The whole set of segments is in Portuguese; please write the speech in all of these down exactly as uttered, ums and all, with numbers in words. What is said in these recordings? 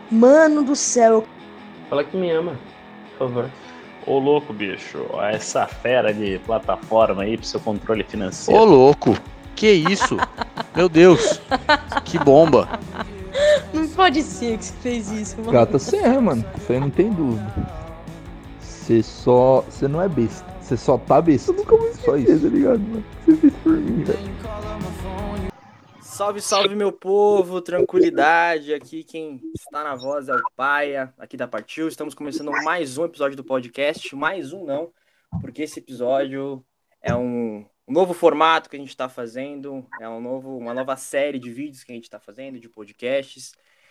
Mano do céu. Fala que me ama, por favor. Ô louco, bicho, essa fera de plataforma aí pro seu controle financeiro. Ô louco, que isso? Meu Deus, que bomba. Não pode ser que você fez isso, mano. Gata serra, mano. Isso aí não tem dúvida. Você só. Você não é besta. Você só tá besta. Eu nunca vou esquecer, só isso, tá ligado, mano? Você fez por mim, velho. Salve, salve, meu povo, tranquilidade, aqui quem está na voz é o Paia, aqui da Partiu, estamos começando mais um episódio do podcast, mais um não, porque esse episódio é um novo formato que a gente está fazendo, é um novo, uma nova série de vídeos que a gente está fazendo, de podcasts,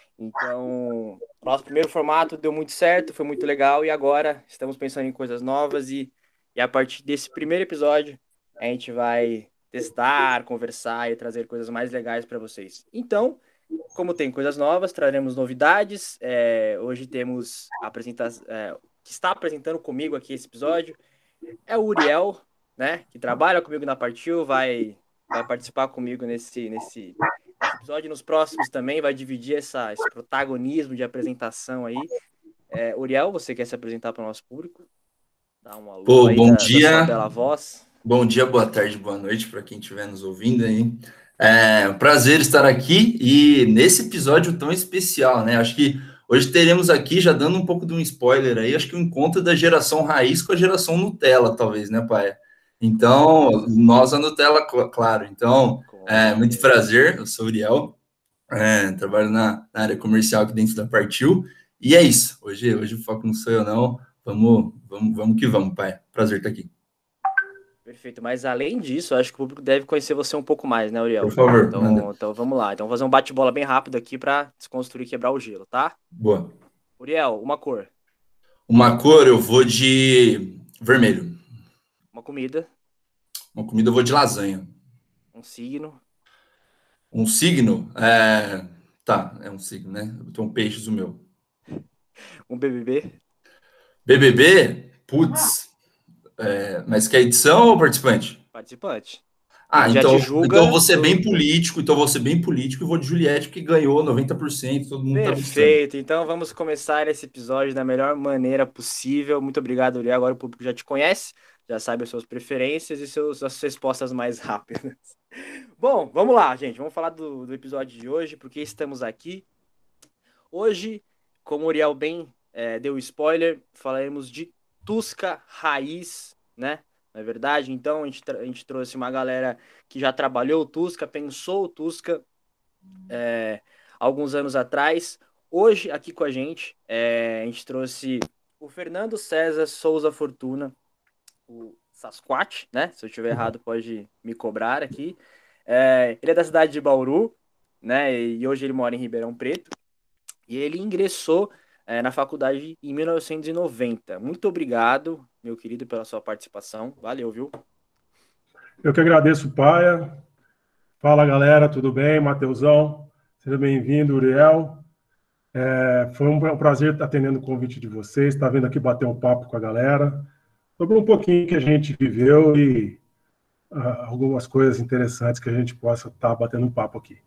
então, nosso primeiro formato deu muito certo, foi muito legal, e agora estamos pensando em coisas novas, e, e a partir desse primeiro episódio, a gente vai testar, conversar e trazer coisas mais legais para vocês. Então, como tem coisas novas, traremos novidades. É, hoje temos a apresentação, é, que está apresentando comigo aqui esse episódio é o Uriel, né? Que trabalha comigo na Partiu, vai, vai participar comigo nesse, nesse, nesse episódio. Nos próximos também vai dividir essa, esse protagonismo de apresentação aí. É, Uriel, você quer se apresentar para o nosso público? Dá uma luz Pô, aí bom da, dia. da sua bela voz. Bom dia, boa tarde, boa noite para quem estiver nos ouvindo aí. É um prazer estar aqui e nesse episódio tão especial, né? Acho que hoje teremos aqui, já dando um pouco de um spoiler aí, acho que o um encontro da geração raiz com a geração Nutella, talvez, né, pai? Então, nós a Nutella, claro. Então, é muito prazer, eu sou o Uriel, é, trabalho na, na área comercial aqui dentro da Partiu, e é isso. Hoje, hoje o foco não sou eu, não. Vamos, vamos, vamos que vamos, pai. Prazer estar aqui. Perfeito, mas além disso, acho que o público deve conhecer você um pouco mais, né, Uriel? Por favor. Então, então vamos lá. Então, vamos fazer um bate-bola bem rápido aqui para desconstruir e quebrar o gelo, tá? Boa. Uriel, uma cor. Uma cor, eu vou de vermelho. Uma comida. Uma comida, eu vou de lasanha. Um signo. Um signo? É... Tá, é um signo, né? Eu tenho um peixes o meu. Um B B B. B B B? Putz. É... Mas que é edição ou participante? Participante. Ah, Já então, te julga, então eu vou ser do... bem político, então eu vou ser bem político e vou de Juliette, que ganhou noventa por cento, todo mundo Perfeito, tá então vamos começar esse episódio da melhor maneira possível. Muito obrigado, Uriel. Agora o público já te conhece, já sabe as suas preferências e seus, as suas respostas mais rápidas. Bom, vamos lá, gente. Vamos falar do, do episódio de hoje, porque estamos aqui. Hoje, como o Uriel bem é, deu spoiler, falaremos de Tusca Raiz, né? Não é verdade? Então, a gente, a gente trouxe uma galera que já trabalhou o Tusca, pensou o Tusca é, alguns anos atrás. Hoje, aqui com a gente, é, a gente trouxe o Fernando César Souza Fortuna, o Sasquatch, né? Se eu estiver errado, pode me cobrar aqui. É, ele é da cidade de Bauru, né? E hoje ele mora em Ribeirão Preto. E ele ingressou é, na faculdade em mil novecentos e noventa. Muito obrigado, meu querido, pela sua participação. Valeu, viu? Eu que agradeço, Paia. Fala, galera, tudo bem? Mateusão, seja bem-vindo, Uriel. É, foi um prazer estar atendendo o convite de vocês, estar vindo aqui bater um papo com a galera sobre um pouquinho que a gente viveu e uh, algumas coisas interessantes que a gente possa estar batendo um papo aqui.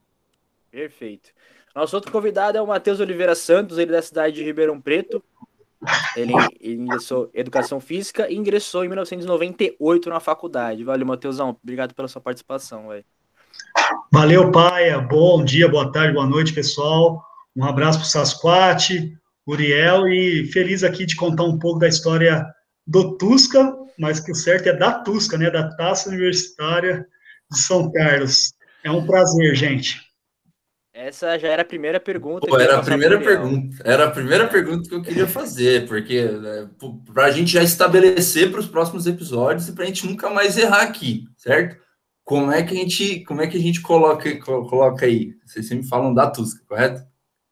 Perfeito. Nosso outro convidado é o Matheus Oliveira Santos, ele é da cidade de Ribeirão Preto. Ele, ele ingressou em Educação Física e ingressou em mil novecentos e noventa e oito na faculdade. Valeu, Matheusão. Obrigado pela sua participação, véio. Valeu, Paia. Bom dia, boa tarde, boa noite, pessoal. Um abraço para o Sasquatch, Uriel, e feliz aqui de contar um pouco da história do Tusca, mas que o certo é da Tusca, né? Da Taça Universitária de São Carlos. É um prazer, gente. Essa já era a primeira pergunta. Pô, era a primeira pergunta. Era a primeira pergunta que eu queria fazer, porque né, para a gente já estabelecer para os próximos episódios e para a gente nunca mais errar aqui, certo? Como é que a gente, como é que a gente coloca, coloca aí? Vocês sempre falam da Tusca, correto?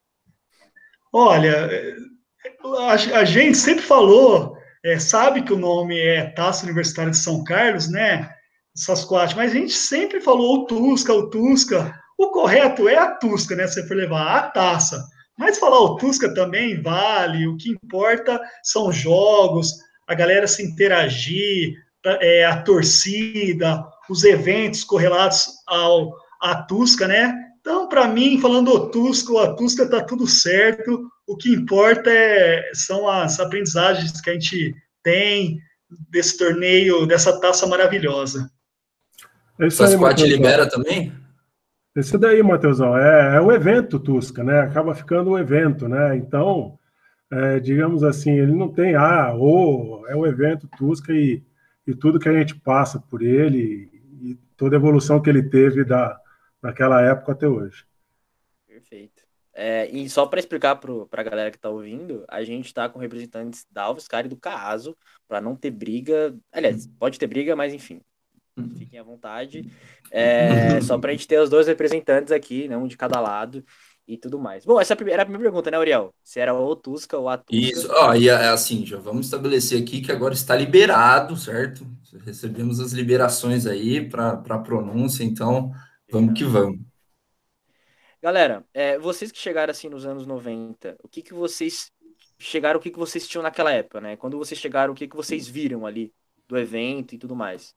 Olha, a, a gente sempre falou, é, sabe que o nome é Taça Universitária de São Carlos, né? Sasquatch, mas a gente sempre falou o Tusca, o Tusca. O correto é a Tusca, né? Se você for levar a taça. Mas falar o Tusca também vale. O que importa são jogos, a galera se interagir, é, a torcida, os eventos correlatos ao, à Tusca, né? Então, para mim, falando o Tusca, o Tusca está tudo certo. O que importa é, são as aprendizagens que a gente tem desse torneio, dessa taça maravilhosa. É isso aí, Sasquatch Matheusão. libera também? Esse daí, Matheusão, é, é o evento Tusca, né? Acaba ficando o evento, né? Então, é, digamos assim, ele não tem, ah, ou é o evento Tusca e, e tudo que a gente passa por ele e toda a evolução que ele teve da, daquela época até hoje. Perfeito. É, e só para explicar para a galera que está ouvindo, a gente está com representantes da Alviscar e do Caaso, para não ter briga. Aliás, pode ter briga, mas enfim, fiquem à vontade. É, só para a gente ter os dois representantes aqui, né, um de cada lado e tudo mais. Bom, essa era a primeira pergunta, né, Uriel? Se era o Tusca ou a Tusca. Isso, ó, e é assim, já vamos estabelecer aqui que agora está liberado, certo? Recebemos as liberações aí para a pronúncia, então vamos que vamos. Galera, é, vocês que chegaram assim nos anos noventa, o que que vocês chegaram, o que que vocês tinham naquela época, né? Quando vocês chegaram, o que que vocês viram ali do evento e tudo mais?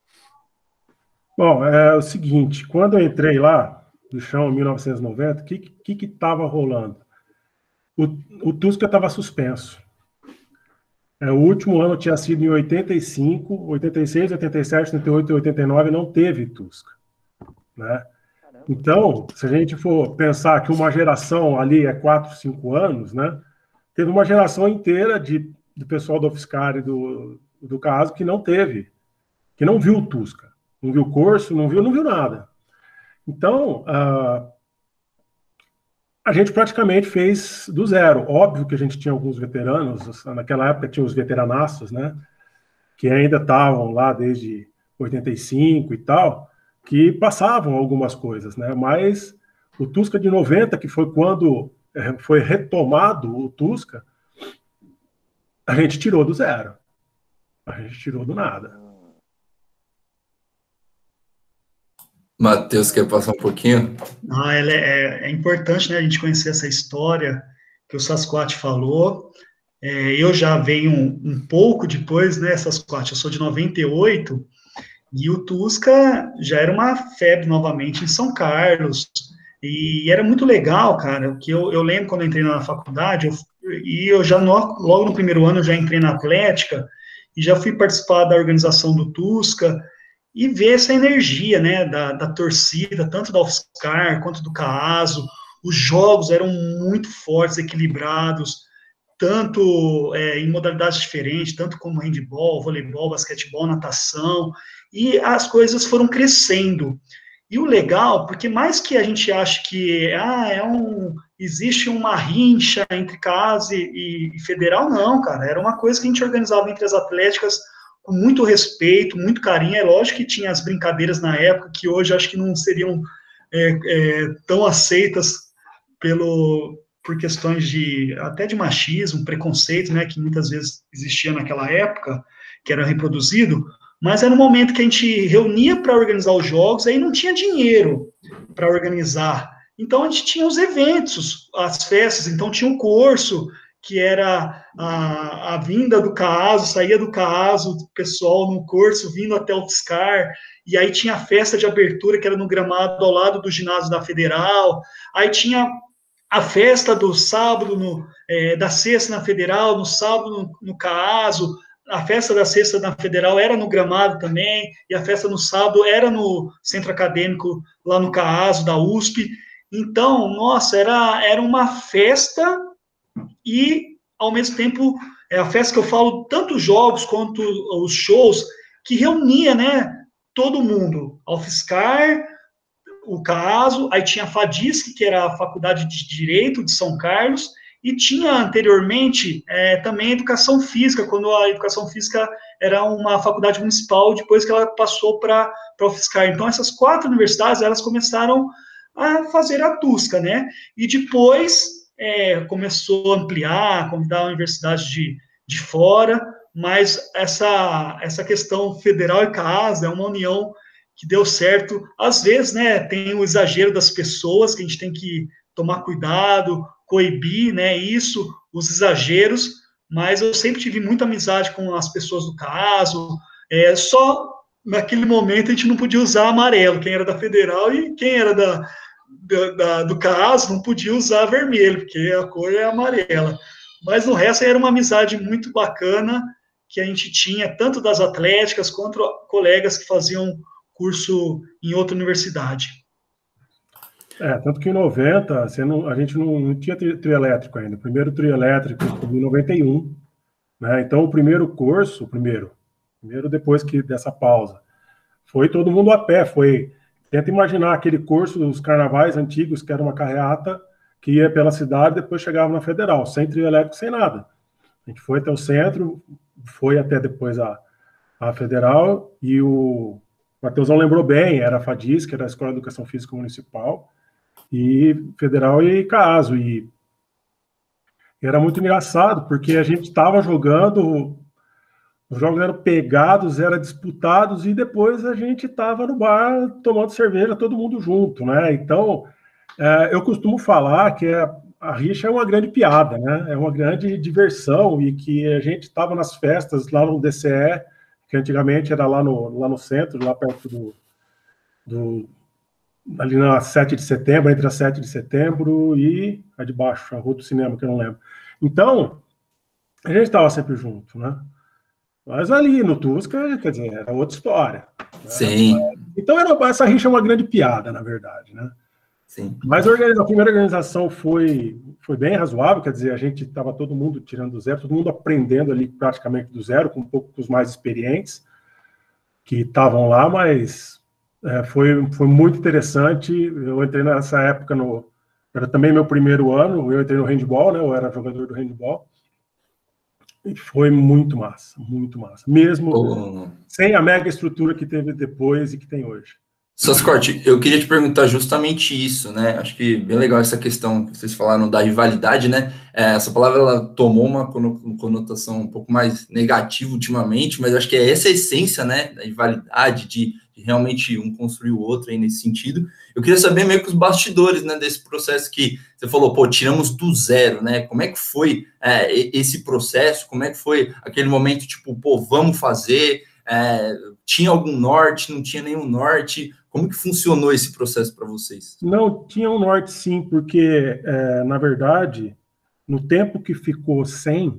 Bom, é o seguinte, quando eu entrei lá, no chão, em mil novecentos e noventa, o que que que estava rolando? O, o Tusca estava suspenso. É, o último ano tinha sido em oitenta e cinco, oitenta e seis, oitenta e sete, oitenta e oito e oitenta e nove não teve Tusca, né? Então, se a gente for pensar que uma geração ali é quatro, cinco anos, né? Teve uma geração inteira de, do pessoal do UFSCar e do, do Caaso que não teve, que não viu o Tusca, não viu o curso, não viu, não viu nada. Então, uh, a gente praticamente fez do zero. Óbvio que a gente tinha alguns veteranos, naquela época tinha os veteranaços, né? Que ainda estavam lá desde oitenta e cinco e tal, que passavam algumas coisas, né? Mas o Tusca de noventa, que foi quando foi retomado o Tusca, a gente tirou do zero. A gente tirou do nada. Matheus, quer passar um pouquinho? Ah, ela é, é importante, né, a gente conhecer essa história que o Sasquatch falou. É, eu já venho um, um pouco depois, né, Sasquatch, eu sou de noventa e oito, e o Tusca já era uma febre novamente em São Carlos, e era muito legal, cara, que eu, eu lembro quando eu entrei na faculdade, eu, e eu já, no, logo no primeiro ano, eu já entrei na Atlética, e já fui participar da organização do Tusca, e ver essa energia, né, da, da torcida, tanto da UFSCar quanto do Caaso. Os jogos eram muito fortes, equilibrados, tanto é, em modalidades diferentes, tanto como handebol, voleibol, basquetebol, natação, e as coisas foram crescendo. E o legal, porque mais que a gente ache que ah, é um, existe uma rincha entre Caaso e, e Federal, não, cara, era uma coisa que a gente organizava entre as atléticas com muito respeito, muito carinho. É lógico que tinha as brincadeiras na época, que hoje acho que não seriam é, é, tão aceitas pelo, por questões de, até de machismo, preconceito, né, que muitas vezes existia naquela época, que era reproduzido, mas era um momento que a gente reunia para organizar os jogos, aí não tinha dinheiro para organizar, então a gente tinha os eventos, as festas, então tinha um curso, que era a, a vinda do Caaso, saía do Caaso, o pessoal no curso vindo até o UFSCar, e aí tinha a festa de abertura, que era no gramado ao lado do ginásio da Federal, aí tinha a festa do sábado, no, é, da sexta na Federal, no sábado no, no Caaso, a festa da sexta na Federal era no gramado também, e a festa no sábado era no centro acadêmico, lá no Caaso, da U S P. Então, nossa, era, era uma festa e, ao mesmo tempo, é a festa que eu falo, tanto os jogos quanto os shows, que reunia, né, todo mundo, a UFSCar, o Caaso, aí tinha a FADISC, que era a Faculdade de Direito de São Carlos, e tinha anteriormente é, também a Educação Física, quando a Educação Física era uma faculdade municipal, depois que ela passou para a UFSCar. Então, essas quatro universidades, elas começaram a fazer a Tusca, né, e depois é, começou a ampliar, convidar a universidade de, de fora, mas essa, essa questão federal e Caaso é uma união que deu certo. Às vezes, né, tem o exagero das pessoas, que a gente tem que tomar cuidado, coibir, né, isso, os exageros, mas eu sempre tive muita amizade com as pessoas do Caaso, é, só naquele momento a gente não podia usar amarelo, quem era da Federal e quem era da, da, da, do caso, não podia usar vermelho, porque a cor é amarela. Mas no resto era uma amizade muito bacana que a gente tinha, tanto das atléticas quanto colegas que faziam curso em outra universidade. É, tanto que em noventa, você não, a gente não, não tinha trio elétrico ainda. O primeiro trio elétrico foi em noventa e um. Né? Então, o primeiro curso, o primeiro, primeiro depois que dessa pausa, foi todo mundo a pé. Foi, tenta imaginar aquele curso dos carnavais antigos, que era uma carreata que ia pela cidade e depois chegava na Federal, sem trio elétrico, sem nada. A gente foi até o centro, foi até depois a, a Federal, e o Matheusão lembrou bem, era a FADIS, que era a Escola de Educação Física Municipal, e Federal e CASO, e era muito engraçado, porque a gente estava jogando, os jogos eram pegados, eram disputados, e depois a gente estava no bar tomando cerveja, todo mundo junto, né? Então, é, eu costumo falar que a, a rixa é uma grande piada, né? É uma grande diversão, e que a gente estava nas festas lá no D C E, que antigamente era lá no, lá no centro, lá perto do, do ali na sete de setembro, entre a sete de setembro e a de baixo, a Rua do Cinema, que eu não lembro. Então, a gente estava sempre junto, né? Mas ali no Tusca, quer dizer, era outra história. Né? Sim. Então, era, essa rixa é uma grande piada, na verdade, né? Sim. Mas a, organiza, a primeira organização foi, foi bem razoável, quer dizer, a gente estava todo mundo tirando do zero, todo mundo aprendendo ali praticamente do zero, com um pouco os mais experientes que estavam lá, mas é, foi, foi muito interessante. Eu entrei nessa época, no, era também meu primeiro ano, eu entrei no handball, né? Eu era jogador do handball, e foi muito massa, muito massa, mesmo oh. sem a mega estrutura que teve depois e que tem hoje. Sascorte, eu queria te perguntar justamente isso, né? Acho que bem legal essa questão que vocês falaram da rivalidade, né? É, essa palavra ela tomou uma conotação um pouco mais negativa ultimamente, mas acho que é essa a essência, né? Da rivalidade, de, de realmente um construir o outro aí nesse sentido. Eu queria saber meio que os bastidores, né? Desse processo que você falou, pô, tiramos do zero, né? Como é que foi é, esse processo? Como é que foi aquele momento, tipo, pô, vamos fazer? É, tinha algum norte? Não tinha nenhum norte? Como que funcionou esse processo para vocês? Não, tinha um norte sim, porque, é, na verdade, no tempo que ficou sem,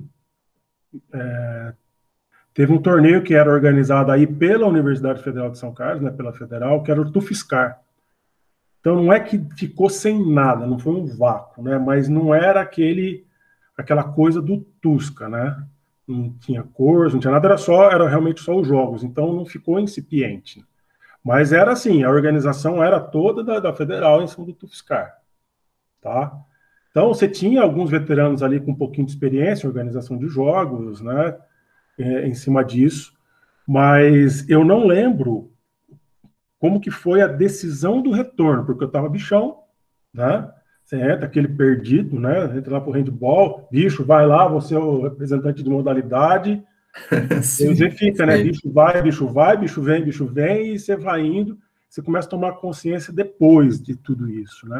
é, teve um torneio que era organizado aí pela Universidade Federal de São Carlos, né, pela Federal, que era o Tufiscar. Então, não é que ficou sem nada, não foi um vácuo, né, mas não era aquele, aquela coisa do Tusca, né? Não tinha curso, não tinha nada, era, só, era realmente só os jogos, então não ficou incipiente. Mas era assim, a organização era toda da, da Federal em cima do Tufiscar, tá? Então, você tinha alguns veteranos ali com um pouquinho de experiência em organização de jogos, né, é, em cima disso, mas eu não lembro como que foi a decisão do retorno, porque eu estava bichão, né? Você entra, aquele perdido, né? Entra lá pro handball, bicho, vai lá, você é o representante de modalidade, sim, e você fica, né? Sim. Bicho vai, bicho vai, bicho vem, bicho vem, e você vai indo, você começa a tomar consciência depois de tudo isso, né?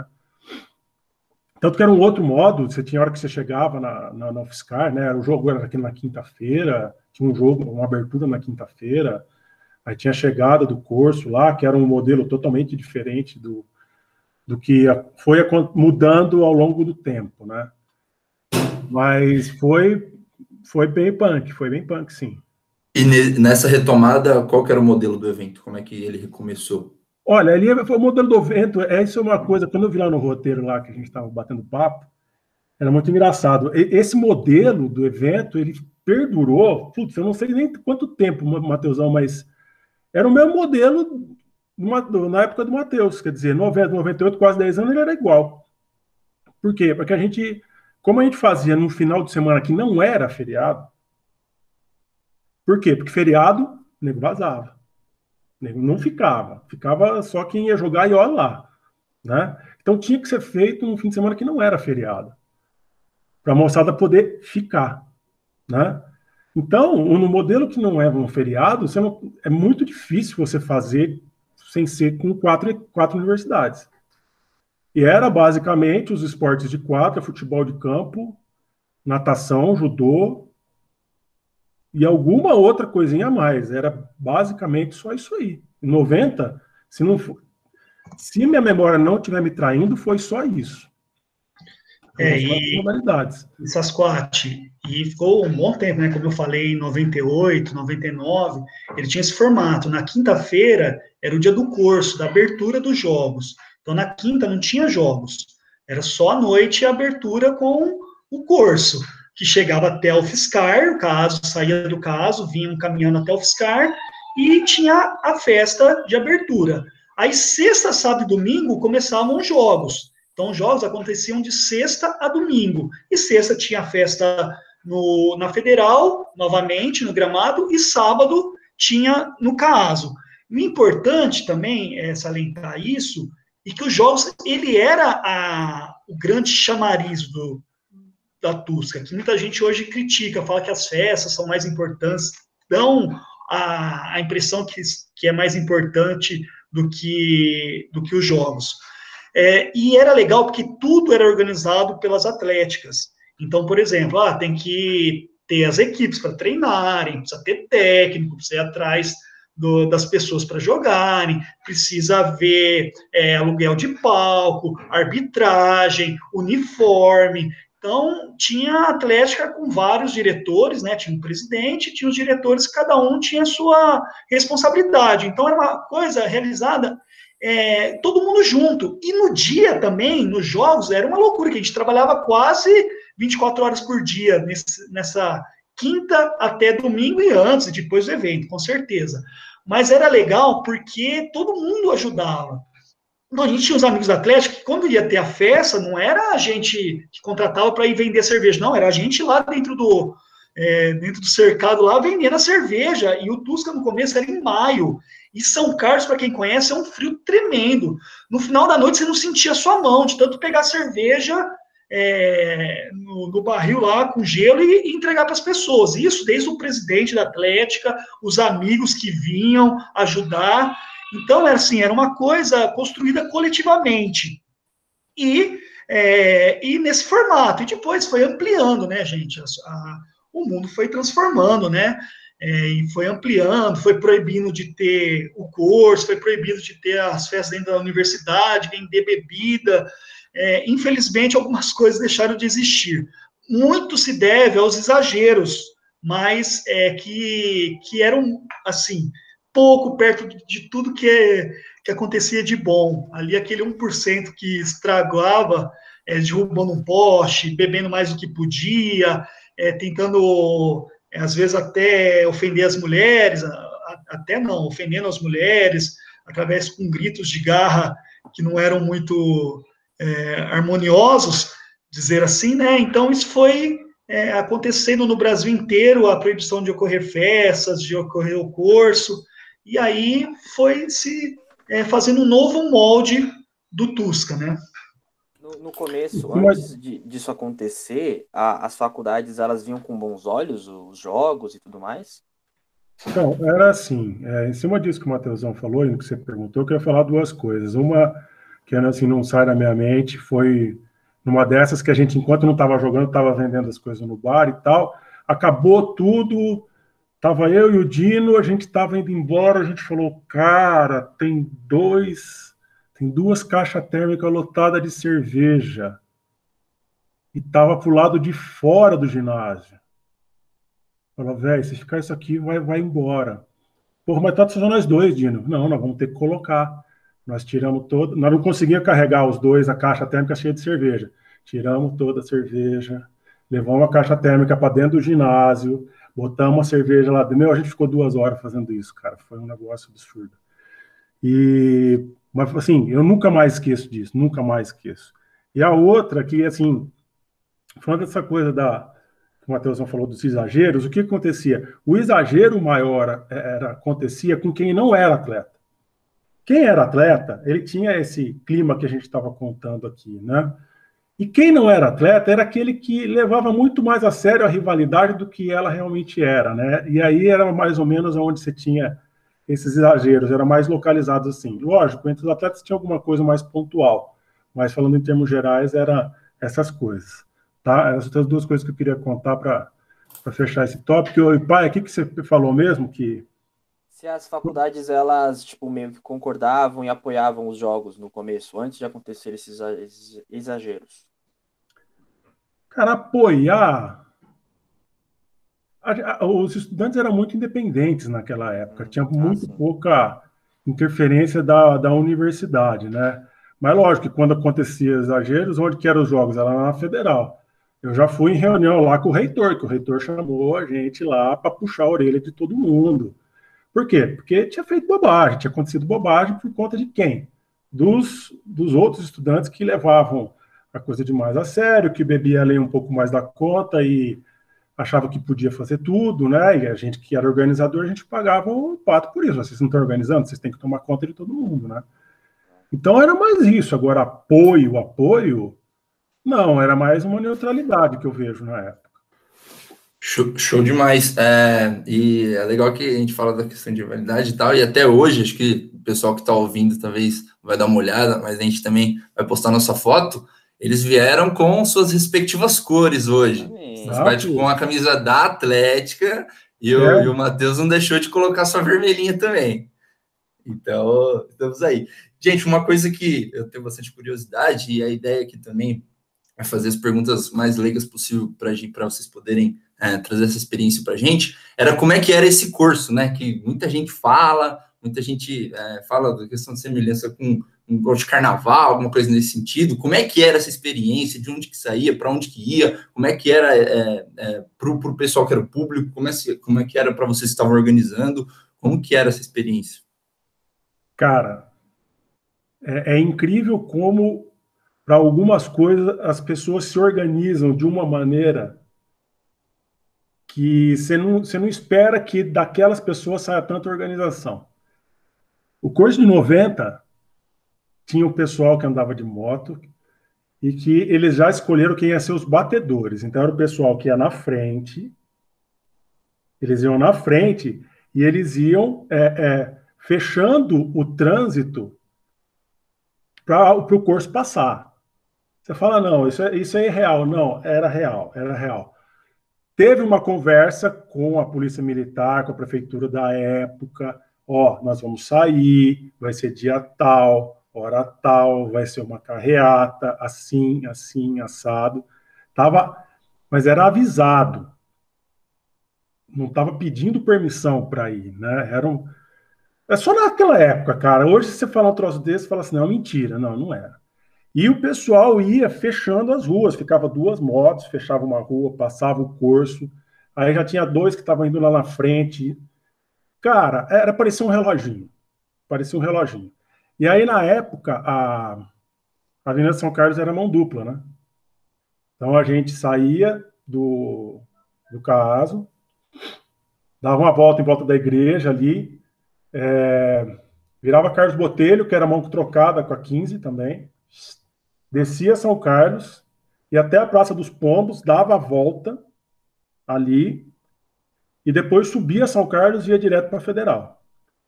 Tanto que era um outro modo, você tinha hora que você chegava na, na, na UFSCar, né? O jogo era aqui na quinta-feira, tinha um jogo, uma abertura na quinta-feira, aí tinha a chegada do curso lá, que era um modelo totalmente diferente do, do que foi mudando ao longo do tempo, né? Mas foi, foi bem punk, foi bem punk, sim. E nessa retomada, qual que era o modelo do evento? Como é que ele recomeçou? Olha, ele foi o modelo do evento, é, isso é uma coisa, quando eu vi lá no roteiro lá, que a gente estava batendo papo, era muito engraçado. Esse modelo do evento, ele perdurou, putz, eu não sei nem quanto tempo, Matheusão, mas era o mesmo modelo na época do Matheus, quer dizer, noventa, noventa e oito, quase dez anos, ele era igual. Por quê? Porque a gente, como a gente fazia no final de semana que não era feriado, por quê? Porque feriado, o nego vazava. O nego não ficava. Ficava só quem ia jogar e olha lá, né? Então tinha que ser feito num fim de semana que não era feriado, para a moçada poder ficar, né? Então, no modelo que não é um feriado, você não, é muito difícil você fazer sem ser com quatro, quatro universidades. E era basicamente os esportes de quadra, futebol de campo, natação, judô e alguma outra coisinha a mais. Era basicamente só isso aí. Em noventa, se não for... Se minha memória não estiver me traindo, foi só isso. É, e, modalidades. e Sasquatch, e ficou um bom tempo, né? Como eu falei, em noventa e oito, noventa e nove, ele tinha esse formato. Na quinta-feira era o dia do curso, da abertura dos jogos. Então, na quinta não tinha jogos. Era só à noite a abertura com o curso, que chegava até o Fiscar, o caso, saía do caso, vinham caminhando até o Fiscar, e tinha a festa de abertura. Aí, sexta, sábado e domingo, começavam os jogos. Então, os jogos aconteciam de sexta a domingo. E sexta tinha a festa no, na Federal, novamente, no gramado, e sábado tinha no caso. O importante também é salientar isso, e que os jogos, ele era a, o grande chamariz do, da Tusca, que muita gente hoje critica, fala que as festas são mais importantes, dão a, a impressão que, que é mais importante do que, do que os jogos. É, e era legal porque tudo era organizado pelas atléticas. Então, por exemplo, ah, tem que ter as equipes para treinarem, precisa ter técnico, precisa ir atrás do, das pessoas para jogarem, precisa haver é, aluguel de palco, arbitragem, uniforme. Então, tinha a atlética com vários diretores, né? Tinha um presidente, tinha os diretores, cada um tinha a sua responsabilidade. Então, era uma coisa realizada É, todo mundo junto. E no dia também, nos jogos, era uma loucura, que a gente trabalhava quase vinte e quatro horas por dia, nesse, nessa quinta até domingo e antes e depois do evento, com certeza. Mas era legal porque todo mundo ajudava. Então, a gente tinha os amigos da Atlético que quando ia ter a festa, não era a gente que contratava para ir vender cerveja, não, era a gente lá dentro do, é, dentro do cercado lá vendendo a cerveja. E o Tusca no começo era em maio. E São Carlos, para quem conhece, é um frio tremendo. No final da noite, você não sentia a sua mão, de tanto pegar cerveja é, no, no barril lá, com gelo, e, e entregar para as pessoas. Isso desde o presidente da Atlética, os amigos que vinham ajudar. Então, era assim, era uma coisa construída coletivamente. E, é, e nesse formato. E depois foi ampliando, né, gente? A, a, o mundo foi transformando, né? É, e foi ampliando, foi proibindo de ter o curso, foi proibido de ter as festas dentro da universidade, vender bebida. É, infelizmente, algumas coisas deixaram de existir. Muito se deve aos exageros, mas é, que, que eram, assim, pouco perto de, de tudo que, que acontecia de bom. Ali, aquele um por cento que estragava, é, derrubando um poste, bebendo mais do que podia, é, tentando... às vezes até ofender as mulheres, até não, ofendendo as mulheres, através com gritos de garra que não eram muito é, harmoniosos, dizer assim, né? Então, isso foi é, acontecendo no Brasil inteiro, a proibição de ocorrer festas, de ocorrer o curso, e aí foi se é, fazendo um novo molde do Tusca, né? No, no começo, antes de, disso acontecer, a, as faculdades, elas vinham com bons olhos, os jogos e tudo mais? Então, era assim, é, em cima disso que o Matheusão falou, e no que você perguntou, eu queria falar duas coisas. Uma, que assim, não sai da minha mente, foi numa dessas que a gente, enquanto não estava jogando, estava vendendo as coisas no bar e tal, acabou tudo, estava eu e o Dino, a gente estava indo embora, a gente falou, cara, tem dois... Tem duas caixas térmicas lotadas de cerveja. E tava pro lado de fora do ginásio. Falou, velho, se ficar isso aqui, vai, vai embora. Porra, mas tá só nós dois, Dino. Não, nós vamos ter que colocar. Nós tiramos todo... Nós não conseguíamos carregar os dois, a caixa térmica cheia de cerveja. Tiramos toda a cerveja, levamos a caixa térmica para dentro do ginásio, botamos a cerveja lá dentro. Meu, a gente ficou duas horas fazendo isso, cara. Foi um negócio absurdo. E... Mas, assim, eu nunca mais esqueço disso, nunca mais esqueço. E a outra, que, assim, falando dessa coisa da, que o Matheusão falou dos exageros, o que acontecia? O exagero maior era, acontecia com quem não era atleta. Quem era atleta, ele tinha esse clima que a gente estava contando aqui, né? E quem não era atleta era aquele que levava muito mais a sério a rivalidade do que ela realmente era, né? E aí era mais ou menos onde você tinha esses exageros, eram mais localizados assim. Lógico, entre os atletas tinha alguma coisa mais pontual, mas falando em termos gerais, era essas coisas. Tá? Essas são as duas coisas que eu queria contar para fechar esse tópico. E, pai, o que, que você falou mesmo? Que... Se as faculdades, elas, tipo, meio que concordavam e apoiavam os jogos no começo, antes de acontecer esses exa- esses exageros. Cara, apoiar. a- a- Os estudantes eram muito independentes naquela época, Hum, tinha ah, muito sim. pouca interferência da, da universidade, né? Mas lógico que quando acontecia exageros, onde que eram os jogos? Era na federal. Eu já fui em reunião lá com o reitor, que o reitor chamou a gente lá para puxar a orelha de todo mundo. Por quê? Porque tinha feito bobagem, tinha acontecido bobagem por conta de quem? Dos, dos outros estudantes que levavam a coisa demais a sério, que bebia ali um pouco mais da conta e achava que podia fazer tudo, né? E a gente que era organizador, a gente pagava um pato por isso. Vocês não estão organizando, vocês têm que tomar conta de todo mundo, né? Então era mais isso. Agora, apoio, apoio, não, era mais uma neutralidade que eu vejo na época. Show, show demais. É, e é legal que a gente fala da questão de validade e tal, e até hoje, acho que o pessoal que está ouvindo talvez vai dar uma olhada, mas a gente também vai postar nossa foto. Eles vieram com suas respectivas cores hoje. Mas vai com a camisa da Atlética e o, É. e o Matheus não deixou de colocar sua vermelhinha também. Então, estamos aí. Gente, uma coisa que eu tenho bastante curiosidade, e a ideia aqui também é fazer as perguntas mais leigas possível para vocês poderem é, trazer essa experiência para a gente, era como é que era esse curso, né? Que muita gente fala, muita gente é, fala da questão de semelhança com um curso de carnaval, alguma coisa nesse sentido. Como é que era essa experiência? De onde que saía? Para onde que ia? Como é que era é, é, para o pessoal que era o público? Como é, como é que era para vocês que estavam organizando? Como que era essa experiência? Cara, é, é incrível como, para algumas coisas, as pessoas se organizam de uma maneira que você não, você não espera que daquelas pessoas saia tanta organização. O curso de noventa tinha o pessoal que andava de moto e que eles já escolheram quem ia ser os batedores. Então era o pessoal que ia na frente, eles iam na frente e eles iam é, é, fechando o trânsito para o curso passar. Você fala, não, isso é, isso é irreal. Não, era real, era real. Teve uma conversa com a Polícia Militar, com a Prefeitura da época, ó, nós vamos sair, vai ser dia tal, hora tal, vai ser uma carreata, assim, assim, assado. Tava, mas era avisado. Não estava pedindo permissão para ir, né? Era um, é só naquela época, cara. Hoje, se você falar um troço desse, você fala assim, não, mentira. Não, não era. E o pessoal ia fechando as ruas, ficava duas motos, fechava uma rua, passava o curso, aí já tinha dois que estavam indo lá na frente. Cara, era parecia um reloginho. Parecia um reloginho. E aí, na época, a, a Avenida São Carlos era mão dupla, né? Então a gente saía do, do Caaso, dava uma volta em volta da igreja ali, é, virava Carlos Botelho, que era mão trocada com a quinze também, descia São Carlos e até a Praça dos Pombos, dava a volta ali e depois subia São Carlos e ia direto para a Federal.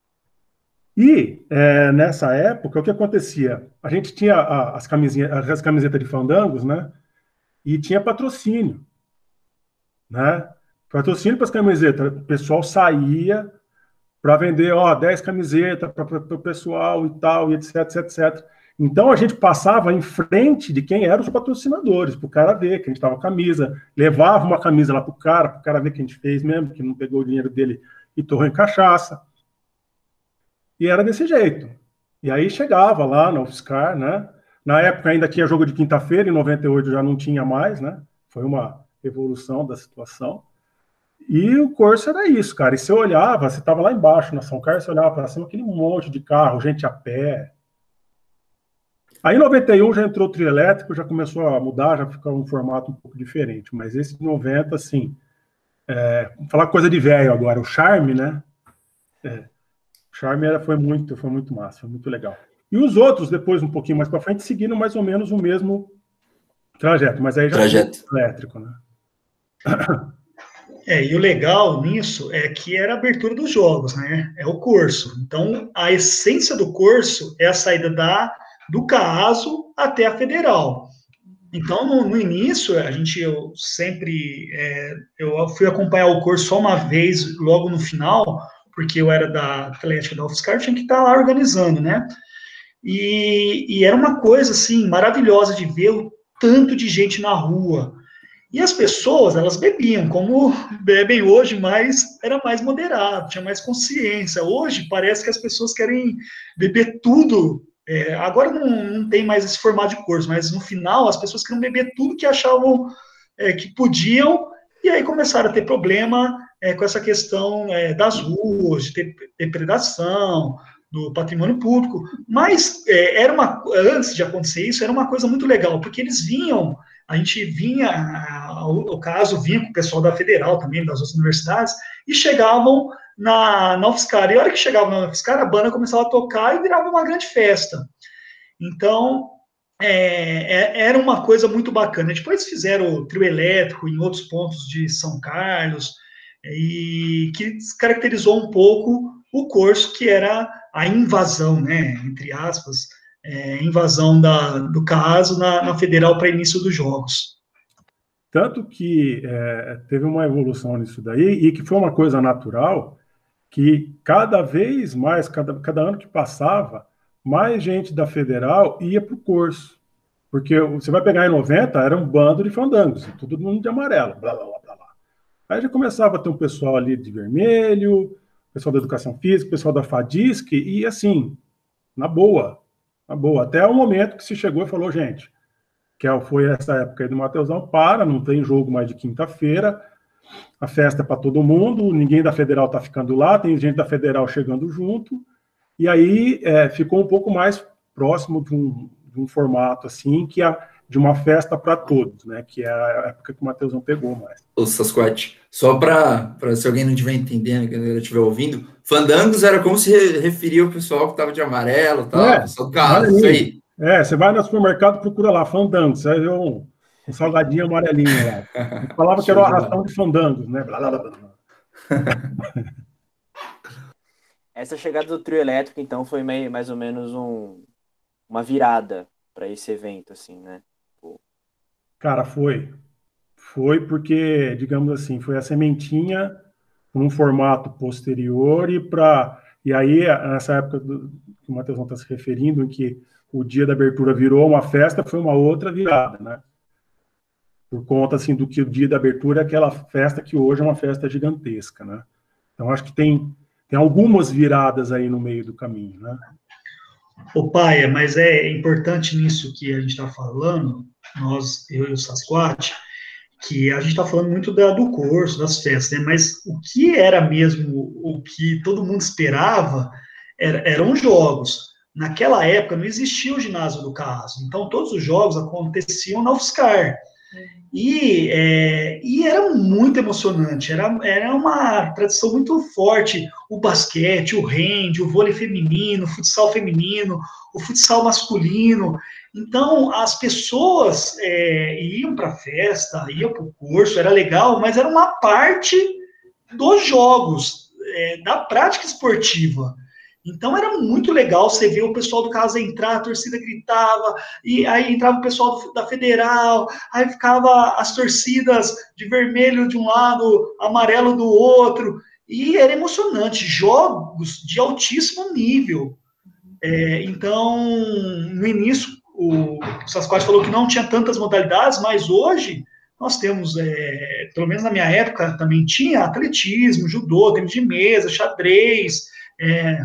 E é, nessa época, o que acontecia? A gente tinha a, as, camisinhas, as camisetas de fandangos, né? E tinha patrocínio, né? Patrocínio para as camisetas. O pessoal saía para vender, ó, dez camisetas para o pessoal e tal, e etc, etc, etcétera. Então, a gente passava em frente de quem eram os patrocinadores, para o cara ver que a gente estava com camisa, levava uma camisa lá para o cara, para o cara ver que a gente fez mesmo, que não pegou o dinheiro dele e torrou em cachaça. E era desse jeito. E aí chegava lá na UFSCar, né? Na época ainda tinha jogo de quinta-feira, em noventa e oito já não tinha mais, né? Foi uma evolução da situação. E o curso era isso, cara. E você olhava, você estava lá embaixo na São Carlos, você olhava para cima, aquele monte de carro, gente a pé. Aí em noventa e um já entrou o trio elétrico, já começou a mudar, já ficou um formato um pouco diferente. Mas esse de noventa, assim, é, vamos falar coisa de velho agora, o charme, né? É, o charme era, foi, muito, foi muito massa, foi muito legal. E os outros, depois, um pouquinho mais para frente, seguiram mais ou menos o mesmo trajeto, mas aí já trajeto elétrico, né? É, e o legal nisso é que era a abertura dos jogos, né? É o curso. Então, a essência do curso é a saída da, do Caaso até a Federal. Então, no, no início, a gente, eu sempre, é, eu fui acompanhar o curso só uma vez, logo no final, porque eu era da Atlética da UFSCar, eu tinha que estar lá organizando, né? E, e era uma coisa, assim, maravilhosa de ver o tanto de gente na rua. E as pessoas, elas bebiam, como bebem hoje, mas era mais moderado, tinha mais consciência. Hoje, parece que as pessoas querem beber tudo. É, agora não, não tem mais esse formato de curso, mas no final, as pessoas queriam beber tudo que achavam é, que podiam, e aí começaram a ter problema é, com essa questão é, das ruas, de ter depredação, do patrimônio público, mas é, era uma, antes de acontecer isso, era uma coisa muito legal, porque eles vinham, a gente vinha, o, o caso vinha com o pessoal da Federal também, das outras universidades, e chegavam na, na UFSCar, e a hora que chegavam na UFSCar, a banda começava a tocar e virava uma grande festa. Então, é, é, era uma coisa muito bacana. Depois fizeram o trio elétrico em outros pontos de São Carlos, e que caracterizou um pouco o curso, que era a invasão, né, entre aspas, é, invasão da, do caso na, na Federal para início dos jogos. Tanto que é, teve uma evolução nisso daí, e que foi uma coisa natural, que cada vez mais, cada, cada ano que passava, mais gente da Federal ia para o curso. Porque você vai pegar em noventa, era um bando de fandangos, todo mundo de amarelo, blá, blá, blá, blá. Aí já começava a ter um pessoal ali de vermelho, pessoal da educação física, pessoal da FADISC, e assim, na boa, na boa. Até o momento que se chegou e falou, gente, que foi essa época aí do Mateusão, para, não tem jogo mais de quinta-feira, a festa é para todo mundo, ninguém da Federal tá ficando lá, tem gente da Federal chegando junto, e aí é, ficou um pouco mais próximo de um, de um formato assim, que é de uma festa para todos, né, que é a época que o Mateusão pegou mais. Ô, Sasquatch, só para se alguém não estiver entendendo, que não estiver ouvindo, fandangos era como se referia o pessoal que estava de amarelo, tal, é, pessoal do carro, isso aí. É, você vai no supermercado, procura lá, fandangos, você vai ver um, um salgadinho amarelinho lá. Eu falava que era uma ração de fandangos, né? Blá, blá, blá, blá. Essa chegada do trio elétrico, então, foi meio, mais ou menos um, uma virada para esse evento, assim, né? Pô. Cara, foi. Foi porque, digamos assim, foi a sementinha num formato posterior e para... E aí, nessa época do, que o Mateusão está se referindo, em que o dia da abertura virou uma festa, foi uma outra virada, né? Por conta, assim, do que o dia da abertura é aquela festa que hoje é uma festa gigantesca, né? Então, acho que tem, tem algumas viradas aí no meio do caminho, né? Ô, Paia, mas é importante nisso que a gente está falando, nós, eu e o Sasquatch, que a gente está falando muito da, do curso, das festas, né? Mas o que era mesmo, o que todo mundo esperava, era, eram os jogos. Naquela época não existia o ginásio do caso, então todos os jogos aconteciam na UFSCar. E, é, e era muito emocionante, era, era uma tradição muito forte, o basquete, o hand, o vôlei feminino, o futsal feminino, o futsal masculino. Então, as pessoas é, iam para a festa, iam para o curso, era legal, mas era uma parte dos jogos, é, da prática esportiva. Então, era muito legal você ver o pessoal do caso entrar, a torcida gritava, e aí entrava o pessoal da Federal, aí ficava as torcidas de vermelho de um lado, amarelo do outro, e era emocionante, jogos de altíssimo nível. É, então, no início, o Sasquatch falou que não tinha tantas modalidades, mas hoje nós temos, é, pelo menos na minha época, também tinha atletismo, judô, tênis de mesa, xadrez, é,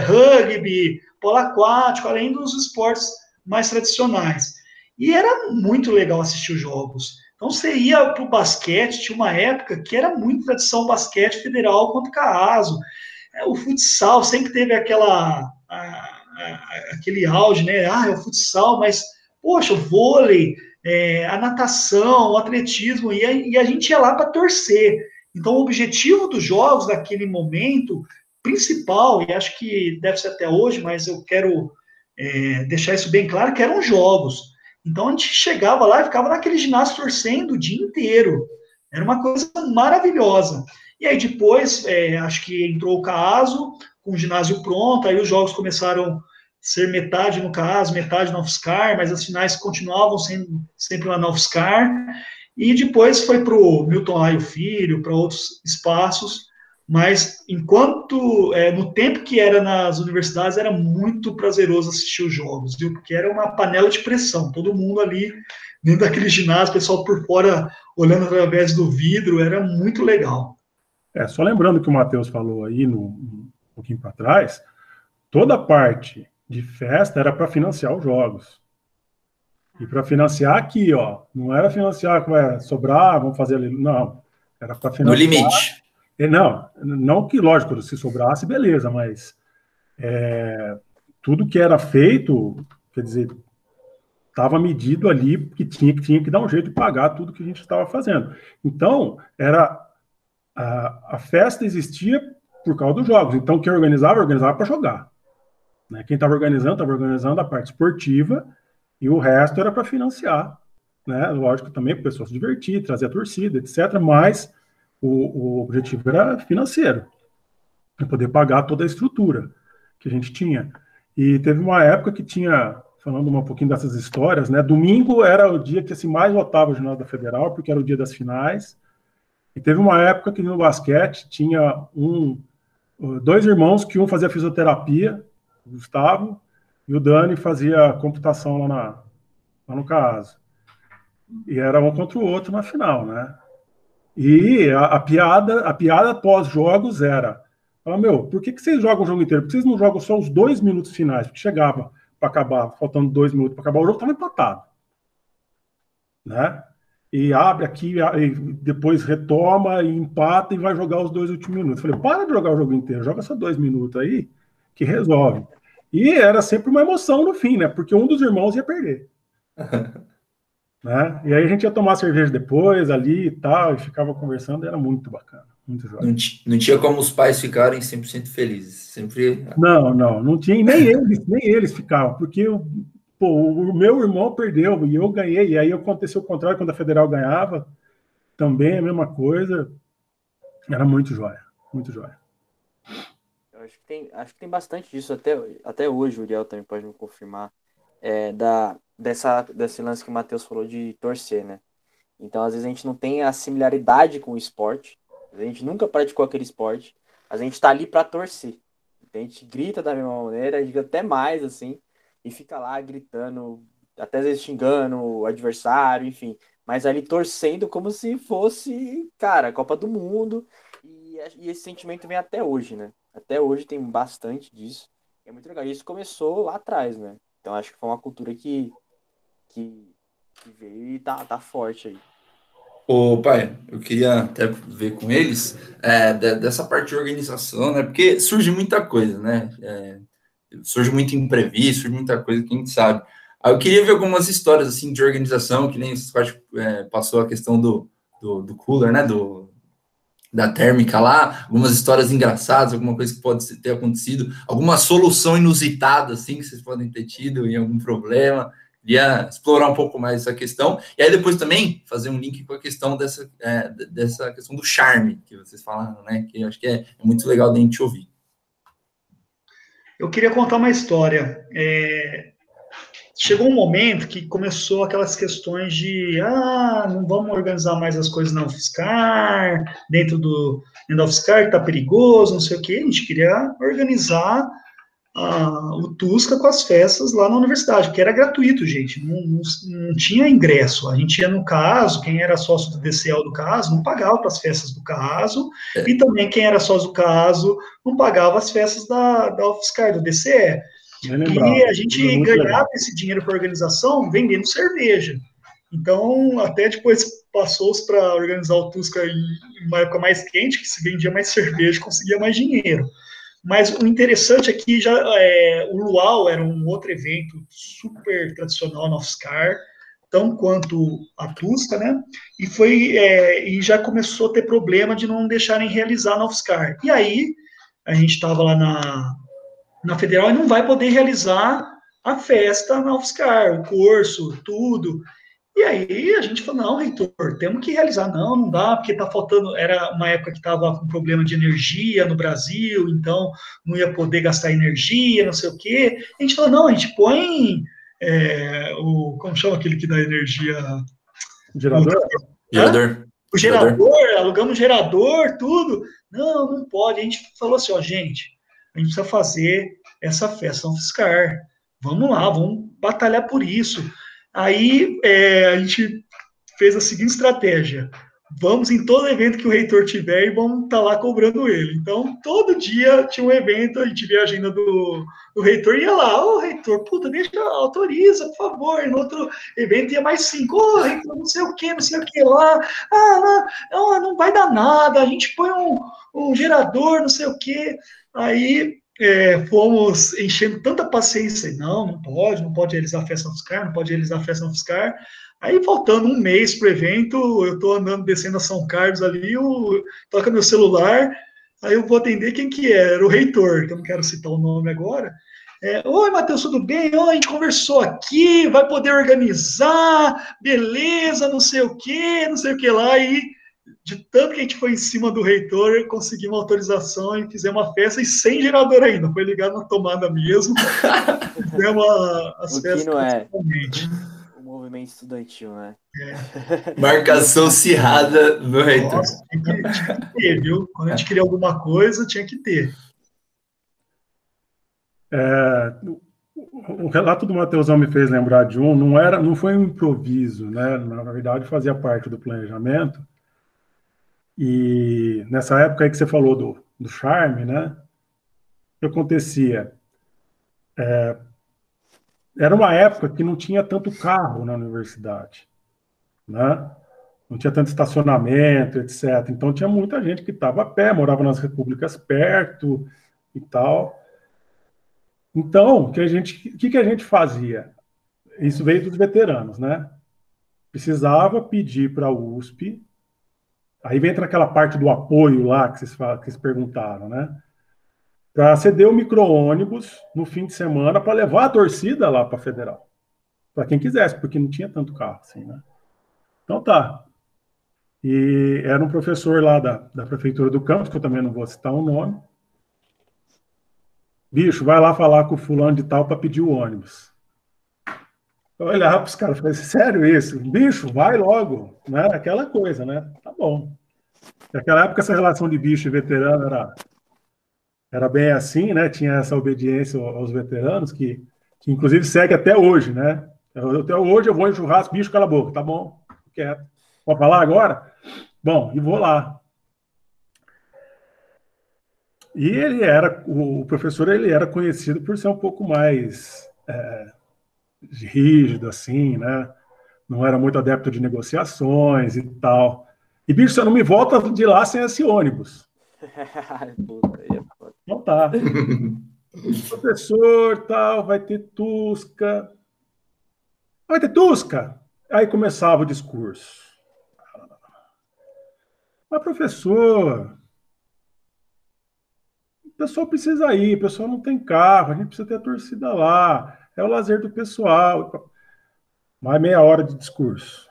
rugby, polo aquático, além dos esportes mais tradicionais. E era muito legal assistir os jogos. Então, você ia para o basquete, tinha uma época que era muito tradição basquete federal contra o CAASO. O futsal sempre teve aquela... A, a, aquele auge, né? Ah, é o futsal, mas, poxa, o vôlei, é, a natação, o atletismo, e a, e a gente ia lá para torcer. Então, o objetivo dos jogos naquele momento principal, e acho que deve ser até hoje, mas eu quero é, deixar isso bem claro, que eram jogos. Então, a gente chegava lá e ficava naquele ginásio torcendo o dia inteiro. Era uma coisa maravilhosa. E aí, depois, é, acho que entrou o CAASO, com o ginásio pronto, aí os jogos começaram a ser metade no CAASO, metade na UFSCar, mas as finais continuavam sendo sempre lá na UFSCar, e depois foi para o Milton Laio Filho, para outros espaços, Mas enquanto, é, no tempo que era nas universidades, era muito prazeroso assistir os jogos, viu? Porque era uma panela de pressão, todo mundo ali dentro daquele ginásio, o pessoal por fora olhando através do vidro, era muito legal. É, só lembrando que o Matheus falou aí, no, um pouquinho para trás, toda a parte de festa era para financiar os jogos. E para financiar aqui, ó, não era financiar que vai sobrar, vamos fazer ali, não. Era para financiar... No limite. Não, não que, lógico, se sobrasse, beleza, mas é, tudo que era feito, quer dizer, estava medido ali, que tinha, que tinha que dar um jeito de pagar tudo que a gente estava fazendo. Então, era a, a festa existia por causa dos jogos. Então, quem organizava, organizava para jogar. Né? Quem estava organizando, estava organizando a parte esportiva, e o resto era para financiar. Né? Lógico, também para o pessoal se divertir, trazer a torcida, etcétera, mas... O, o objetivo era financeiro, para poder pagar toda a estrutura que a gente tinha. E teve uma época que tinha, falando um pouquinho dessas histórias, né? Domingo era o dia que assim, mais lotava o ginásio da Federal, porque era o dia das finais. E teve uma época que no basquete tinha um, dois irmãos, que um fazia fisioterapia, o Gustavo, e o Dani fazia computação lá, na, lá no CAASO. E era um contra o outro na final, né? E a, a piada, a piada pós-jogos era, fala, meu, por que, que vocês jogam o jogo inteiro? Por que vocês não jogam só os dois minutos finais? Porque chegava para acabar, faltando dois minutos para acabar, o jogo estava empatado. Né? E abre aqui, e depois retoma e empata e vai jogar os dois últimos minutos. Falei, para de jogar o jogo inteiro, joga só dois minutos aí, que resolve. E era sempre uma emoção no fim, né? Porque um dos irmãos ia perder. Né? E aí a gente ia tomar cerveja depois, ali e tal, e ficava conversando, era muito bacana, muito jovem. Não, não tinha como os pais ficarem cem por cento felizes, sempre... Não, não, não tinha, nem eles, nem eles ficavam, porque pô, o meu irmão perdeu e eu ganhei, e aí aconteceu o contrário, quando a Federal ganhava, também a mesma coisa, era muito jóia, muito jóia. Eu acho que tem, acho que tem bastante disso, até, até hoje o Uriel também pode me confirmar, é, da... Dessa, desse lance que o Matheus falou de torcer, né? Então, às vezes, a gente não tem a similaridade com o esporte. A gente nunca praticou aquele esporte. A gente tá ali pra torcer. A gente grita da mesma maneira, a gente grita até mais, assim, e fica lá gritando, até às vezes xingando o adversário, enfim. Mas ali torcendo como se fosse, cara, a Copa do Mundo. E, e esse sentimento vem até hoje, né? Até hoje tem bastante disso. É muito legal. Isso começou lá atrás, né? Então, acho que foi uma cultura que Que, que veio e tá, tá forte aí. Ô, pai, eu queria até ver com eles é, de, dessa parte de organização, né? Porque surge muita coisa, né? É, surge muito imprevisto, surge muita coisa que a gente sabe. Aí eu queria ver algumas histórias, assim, de organização, que nem você é, passou a questão do, do, do cooler, né? Do, da térmica lá, algumas histórias engraçadas, alguma coisa que pode ter acontecido, alguma solução inusitada, assim, que vocês podem ter tido em algum problema. Queria explorar um pouco mais essa questão, e aí depois também fazer um link com a questão dessa, é, dessa questão do charme, que vocês falaram, né, que eu acho que é, é muito legal da gente ouvir. Eu queria contar uma história. É... Chegou um momento que começou aquelas questões de, ah, não vamos organizar mais as coisas na UFSCar, dentro do, dentro da UFSCar, que tá perigoso, não sei o quê, a gente queria organizar Ah, o Tusca com as festas lá na universidade, que era gratuito, gente, não, não, não tinha ingresso, a gente ia no CAASO, quem era sócio do D C L do CAASO não pagava para as festas do CAASO, é. E também quem era sócio do CAASO não pagava as festas da, da UFSCar, do D C E, e a gente ganhava legal. Esse dinheiro para organização vendendo cerveja, então até depois passou-se para organizar o Tusca em uma época mais quente, que se vendia mais cerveja, conseguia mais dinheiro. Mas o interessante é que já, é, o Luau era um outro evento super tradicional na UFSCar, tão quanto a Tusca, né? E, foi, é, e já começou a ter problema de não deixarem realizar na UFSCar. E aí, a gente estava lá na, na Federal e não vai poder realizar a festa na UFSCar, o curso, tudo. E aí a gente falou, não, reitor, temos que realizar. Não, não dá, porque está faltando, era uma época que estava com problema de energia no Brasil, então não ia poder gastar energia, não sei o quê. A gente falou, não, a gente põe é, o, como chama aquele que dá energia? Gerador? Gerador. o gerador, alugamos gerador, tudo. Não, não pode. A gente falou assim, ó, gente, a gente precisa fazer essa festa São Fiscar. Vamos lá, vamos batalhar por isso. Aí é, a gente fez a seguinte estratégia. Vamos em todo evento que o reitor tiver e vamos estar lá cobrando ele. Então, todo dia tinha um evento, a gente via a agenda do, do reitor e ia lá, ô reitor, puta, deixa, autoriza, por favor. No outro evento ia mais cinco, ô reitor, não sei o que, não sei o que lá. Ah, não, não, não vai dar nada, a gente põe um, um gerador, não sei o que. Aí é, fomos enchendo tanta paciência. Não, não pode, não pode realizar a festa São Fiscar, não pode realizar a festa São Fiscar. Aí, faltando um mês para o evento, eu estou andando, descendo a São Carlos ali, eu, toca meu celular, aí eu vou atender quem que é, era o reitor, que eu não quero citar o nome agora. É, oi, Matheus, tudo bem? Oh, a gente conversou aqui, vai poder organizar, beleza, não sei o que, não sei o que lá, e de tanto que a gente foi em cima do reitor, conseguimos autorização e fizemos uma festa, e sem gerador ainda, foi ligado na tomada mesmo, fizemos a, as o festas que não é totalmente. Movimento estudantil, né? É. Marcação acirrada no reitor. Nossa, tinha que, tinha que ter, viu? Quando a gente queria alguma coisa, tinha que ter. É, o relato do Matheusão me fez lembrar de um, não, era, não foi um improviso, né? Na verdade, fazia parte do planejamento. E nessa época aí que você falou do, do charme, né? O que acontecia? É, era uma época que não tinha tanto carro na universidade, né? Não tinha tanto estacionamento, etcétera. Então tinha muita gente que estava a pé, morava nas repúblicas perto e tal. Então, o que a gente, o que que a gente fazia? Isso veio dos veteranos, né? Precisava pedir para a U S P, aí vem naquela parte do apoio lá que vocês, que vocês perguntaram, né? Para ceder o micro-ônibus no fim de semana para levar a torcida lá para a Federal. Para quem quisesse, porque não tinha tanto carro assim, né? Então tá. E era um professor lá da, da prefeitura do campus, que eu também não vou citar o nome. Bicho, vai lá falar com o fulano de tal para pedir o ônibus. Eu olhava para os caras e falei, sério isso? Bicho, vai logo. Né? Aquela coisa, né? Tá bom. Naquela época, essa relação de bicho e veterano era... Era bem assim, né? Tinha essa obediência aos veteranos, que, que inclusive segue até hoje, né? Eu, até hoje eu vou em churrasco, bicho, cala a boca, tá bom, quieto. Pode falar agora? Bom, e vou lá. E ele era, o professor, ele era conhecido por ser um pouco mais é, rígido, assim, né? Não era muito adepto de negociações e tal. E, bicho, você não me volta de lá sem esse ônibus. Então tá. Professor, tal, vai ter Tusca. Vai ter Tusca? Aí começava o discurso. Mas, professor, o pessoal precisa ir, o pessoal não tem carro, a gente precisa ter a torcida lá, é o lazer do pessoal. Mais meia hora de discurso.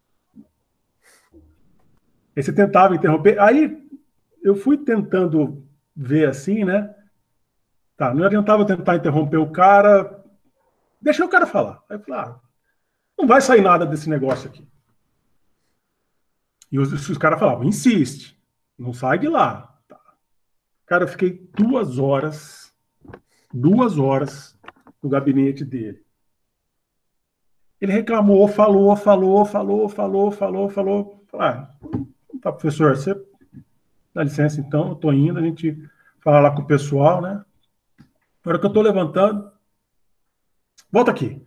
Aí você tentava interromper. Aí eu fui tentando ver assim, né? Tá, não adiantava tentar interromper o cara. Deixa o cara falar. Aí eu falei, ah, não vai sair nada desse negócio aqui. E os, os caras falavam, insiste, não sai de lá. Tá. Cara, eu fiquei duas horas, duas horas no gabinete dele. Ele reclamou, falou, falou, falou, falou, falou, falou. Ah, tá, professor, você dá licença então, eu tô indo, a gente fala lá com o pessoal, né? Na hora que eu tô levantando, volta aqui.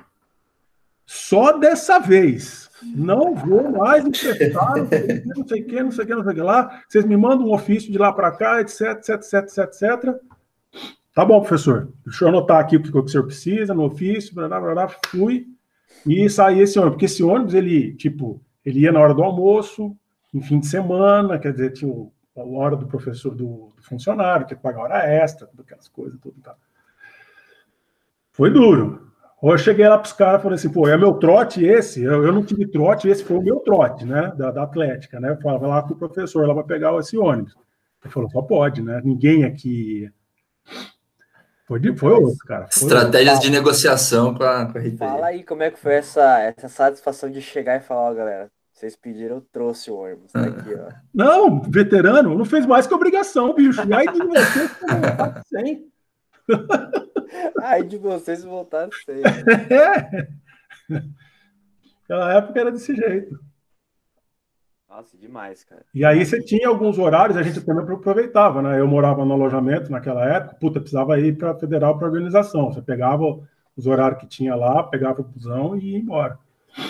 Só dessa vez. Não vou mais emprestar, não sei o que, não sei o que, não sei o que lá. Vocês me mandam um ofício de lá para cá, etc, etc, etc, etc, etcétera. Tá bom, professor. Deixa eu anotar aqui o que o senhor precisa no ofício, blá, blá, blá, blá. Fui e saí esse ônibus. Porque esse ônibus, ele, tipo, ele ia na hora do almoço, em fim de semana, quer dizer, tinha a hora do professor, do, do funcionário, tinha que pagar hora extra, todas aquelas coisas, tudo tá. Foi duro. Ou eu cheguei lá para os caras e falei assim, pô, é meu trote esse? Eu, eu não tive trote, esse foi o meu trote, né, da, da Atlética, né? Eu falava lá com o professor, lá para pegar esse ônibus. Ele falou, só pode, né? Ninguém aqui... Foi, de, foi outro, cara. Foi Estratégias outro. de negociação com a, com a R T I. Fala aí como é que foi essa, essa satisfação de chegar e falar, ó, galera, Vocês pediram, eu trouxe o ônibus. Tá aqui, ó. Não, veterano, não fez mais que obrigação, bicho. E aí de vocês que voltaram sem. Aí de vocês voltaram sem. É. Naquela época era desse jeito. Nossa, demais, cara. E aí você tinha alguns horários, a gente também aproveitava, né? Eu morava no alojamento naquela época, puta, precisava ir para a federal para organização. Você pegava os horários que tinha lá, pegava o busão e ia embora.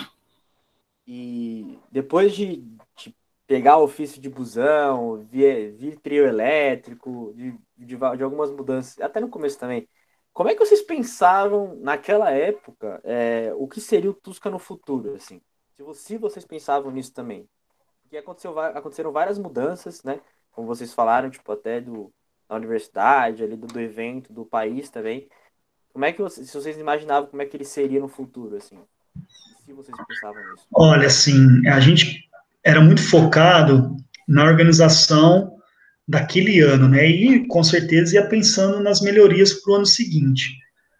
E depois de, de pegar o ofício de busão, vir, vir trio elétrico, de, de, de algumas mudanças, até no começo também, como é que vocês pensavam naquela época é, o que seria o Tusca no futuro, assim? Se, se vocês pensavam nisso também? Porque aconteceu, aconteceram várias mudanças, né? Como vocês falaram, tipo, até do, da universidade, ali do, do evento, do país também. Como é que vocês, se vocês imaginavam como é que ele seria no futuro, assim? Se vocês pensavam nisso? Olha, assim, a gente era muito focado na organização daquele ano, né? E com certeza ia pensando nas melhorias para o ano seguinte.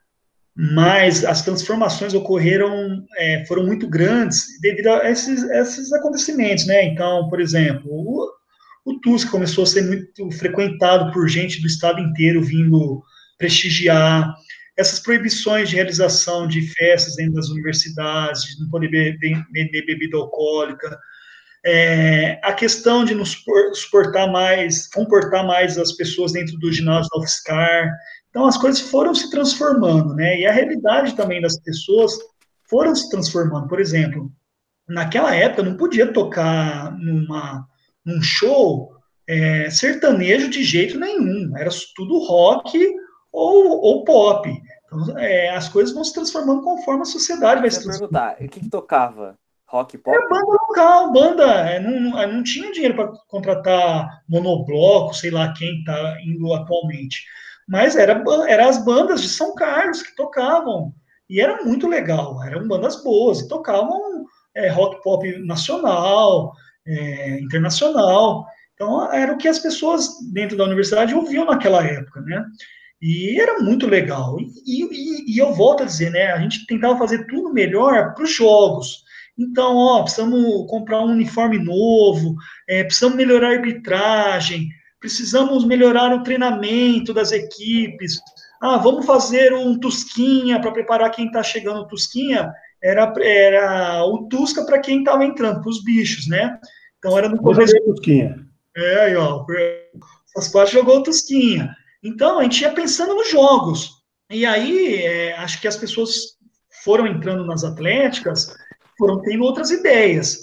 Mas as transformações ocorreram, é, foram muito grandes devido a esses, esses acontecimentos, né? Então, por exemplo, o, o Tusca começou a ser muito frequentado por gente do estado inteiro vindo prestigiar. Essas proibições de realização de festas dentro das universidades, de não poder beber, beber bebida alcoólica, é, a questão de nos suportar mais, comportar mais as pessoas dentro do ginásio da UFSCar. Então, as coisas foram se transformando, né? E a realidade também das pessoas foram se transformando. Por exemplo, naquela época não podia tocar numa, num show é, sertanejo de jeito nenhum. Era tudo rock ou, ou pop. Então, é, as coisas vão se transformando conforme a sociedade vai se transformando. Perguntar, o que, que tocava? Rock, pop? É banda local, banda. É, não, não, não tinha dinheiro para contratar monobloco, sei lá quem está indo atualmente. Mas era, era as bandas de São Carlos que tocavam. E era muito legal, eram bandas boas, e tocavam é, rock pop nacional, é, internacional. Então, era o que as pessoas dentro da universidade ouviam naquela época, né? E era muito legal. E, e, e eu volto a dizer, né? A gente tentava fazer tudo melhor para os jogos. Então, ó, precisamos comprar um uniforme novo, é, precisamos melhorar a arbitragem, precisamos melhorar o treinamento das equipes. Ah, vamos fazer um Tusquinha para preparar quem está chegando. Tusquinha era, era o Tusca para quem estava entrando, para os bichos, né? Então era no começo. Tusquinha. É, aí, ó. As partes jogou o Tusquinha. Então a gente ia pensando nos jogos. E aí, é, acho que as pessoas foram entrando nas atléticas, foram tendo outras ideias.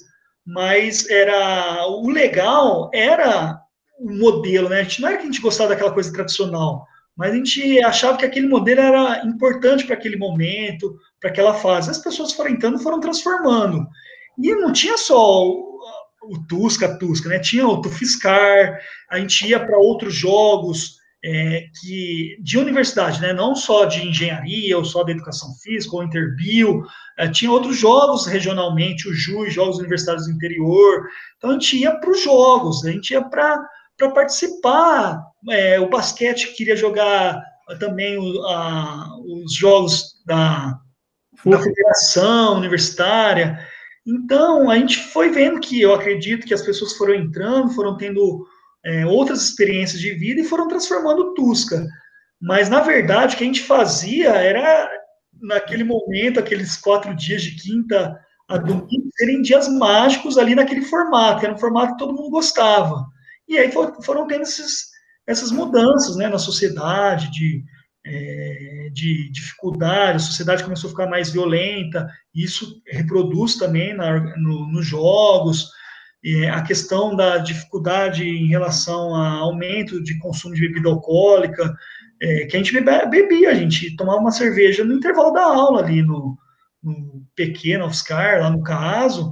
Mas era o legal era o modelo, né? A gente não era que a gente gostava daquela coisa tradicional, mas a gente achava que aquele modelo era importante para aquele momento, para aquela fase. As pessoas foram entrando, foram transformando. E não tinha só o, o Tusca, Tusca, né? Tinha o Tufiscar, a gente ia para outros jogos é, que, de universidade, né? Não só de engenharia, ou só de educação física, ou Interbio. É, tinha outros jogos regionalmente, o J U, Jogos Universitários do Interior. Então a gente ia para os jogos, a gente ia para para participar. É, o basquete queria jogar também o, a, os jogos da, da federação universitária. Então, a gente foi vendo que, eu acredito que as pessoas foram entrando, foram tendo é, outras experiências de vida e foram transformando o Tusca. Mas, na verdade, o que a gente fazia era, naquele momento, aqueles quatro dias de quinta a domingo, serem dias mágicos ali naquele formato, que era um formato que todo mundo gostava. E aí foram tendo esses, essas mudanças, né, na sociedade, de, é, de dificuldade, a sociedade começou a ficar mais violenta, e isso reproduz também na, no, nos jogos, e a questão da dificuldade em relação ao aumento de consumo de bebida alcoólica, é, que a gente bebia, a gente tomava uma cerveja no intervalo da aula ali no, no P Q, na UFSCar, lá no caso.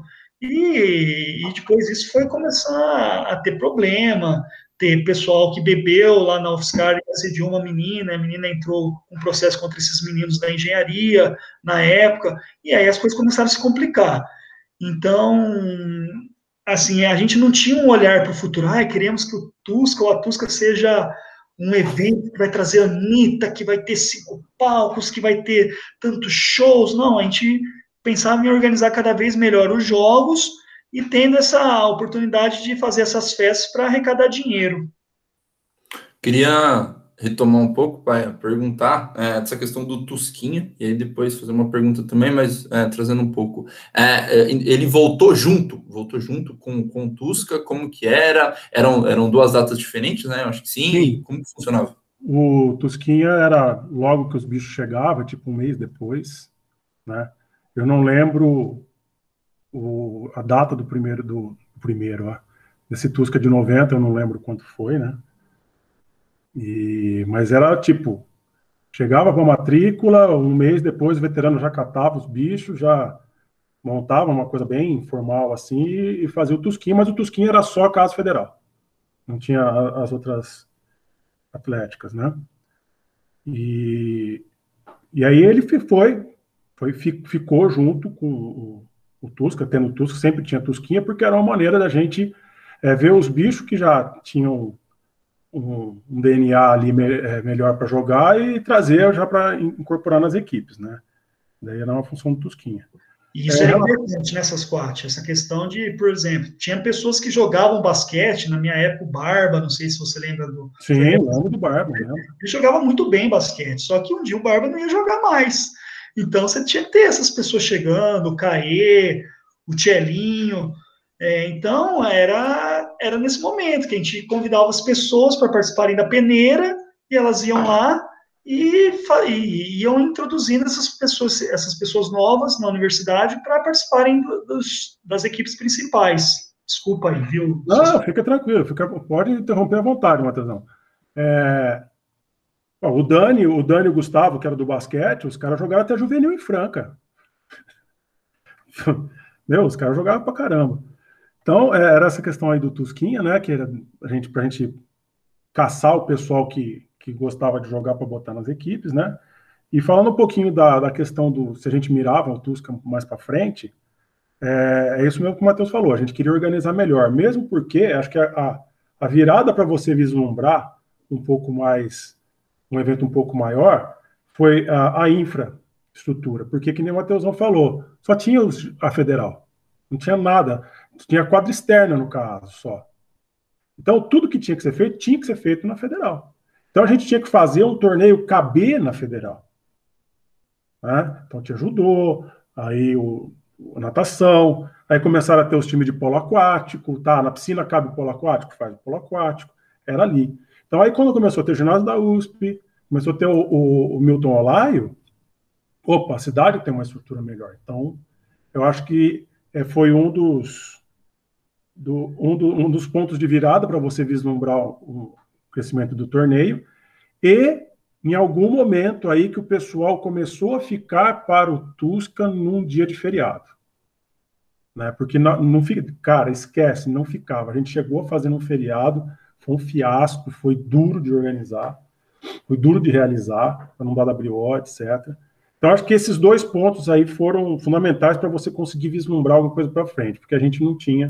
E, e depois isso foi começar a ter problema, ter pessoal que bebeu lá na UFSCar e assediou uma menina, a menina entrou com um processo contra esses meninos da engenharia na época, e aí as coisas começaram a se complicar. Então, assim, a gente não tinha um olhar para o futuro, ah, queremos que o Tusca ou a Tusca seja um evento que vai trazer a Anitta, que vai ter cinco palcos, que vai ter tantos shows. Não, a gente pensava em organizar cada vez melhor os jogos e tendo essa oportunidade de fazer essas festas para arrecadar dinheiro. Queria retomar um pouco, pai, perguntar é, essa questão do Tusquinha, e aí depois fazer uma pergunta também, mas é, trazendo um pouco. É, é, ele voltou junto, voltou junto com, com o Tusca, como que era? Eram, eram duas datas diferentes, né? Eu acho que sim. Sim. Como que funcionava? O Tusquinha era logo que os bichos chegavam, tipo um mês depois, né? Eu não lembro o, a data do primeiro, do, do primeiro, ó. Desse Tusca de noventa, eu não lembro quanto foi, né? E, mas era tipo, chegava com a matrícula, um mês depois o veterano já catava os bichos, já montava uma coisa bem informal assim e fazia o Tusquinha, mas o Tusquinha era só a Casa Federal, não tinha as outras atléticas, né? E, e aí ele foi, foi, ficou junto com o, o Tusca, tendo o Tusca, sempre tinha Tusquinha, porque era uma maneira da gente é, ver os bichos que já tinham um, um D N A ali me, é, melhor para jogar e trazer já para incorporar nas equipes, né? Daí era uma função do Tusquinha. E isso é, era importante nessas quatro, essa questão de, por exemplo, tinha pessoas que jogavam basquete, na minha época o Barba, não sei se você lembra do... Sim, lembro do Barba, né? Ele jogava muito bem basquete, só que um dia o Barba não ia jogar mais. Então você tinha que ter essas pessoas chegando, o Caê, o Tchelinho. É, então era, era nesse momento que a gente convidava as pessoas para participarem da peneira e elas iam lá e, e iam introduzindo essas pessoas, essas pessoas novas na universidade para participarem dos, das equipes principais. Desculpa aí, viu? Não, fica tranquilo, fica, pode interromper à vontade, Matheusão. É, o Dani, o Dani e o Gustavo, que era do basquete, os caras jogaram até juvenil em Franca. Meu, os caras jogavam pra caramba. Então, era essa questão aí do Tusquinha, né, que era a gente, pra gente caçar o pessoal que, que gostava de jogar para botar nas equipes, né, e falando um pouquinho da, da questão do, se a gente mirava o Tusca mais para frente, é, é isso mesmo que o Matheus falou, a gente queria organizar melhor, mesmo porque acho que a, a virada para você vislumbrar um pouco mais, um evento um pouco maior, foi a, a infraestrutura, porque que nem o Matheusão falou, só tinha a federal, não tinha nada, tinha quadra externa no caso só. Então tudo que tinha que ser feito, tinha que ser feito na federal. Então a gente tinha que fazer um torneio caber na federal. Né? Então tinha judô, aí o, a natação, aí começaram a ter os times de polo aquático, tá? Na piscina cabe o polo aquático, faz o polo aquático, era ali. Então aí quando começou a ter o ginásio da U S P, começou a ter o, o, o Milton Olaio, opa, a cidade tem uma estrutura melhor. Então eu acho que é, foi um dos, do, um, do, um dos pontos de virada para você vislumbrar o crescimento do torneio, e em algum momento aí que o pessoal começou a ficar para o Tusca num dia de feriado. Né? Porque não, não fica, cara, esquece, não ficava. A gente chegou a fazer um feriado, foi um fiasco, foi duro de organizar, foi duro de realizar, para não dar W O, etcétera. Então, acho que esses dois pontos aí foram fundamentais para você conseguir vislumbrar alguma coisa para frente, porque a gente não tinha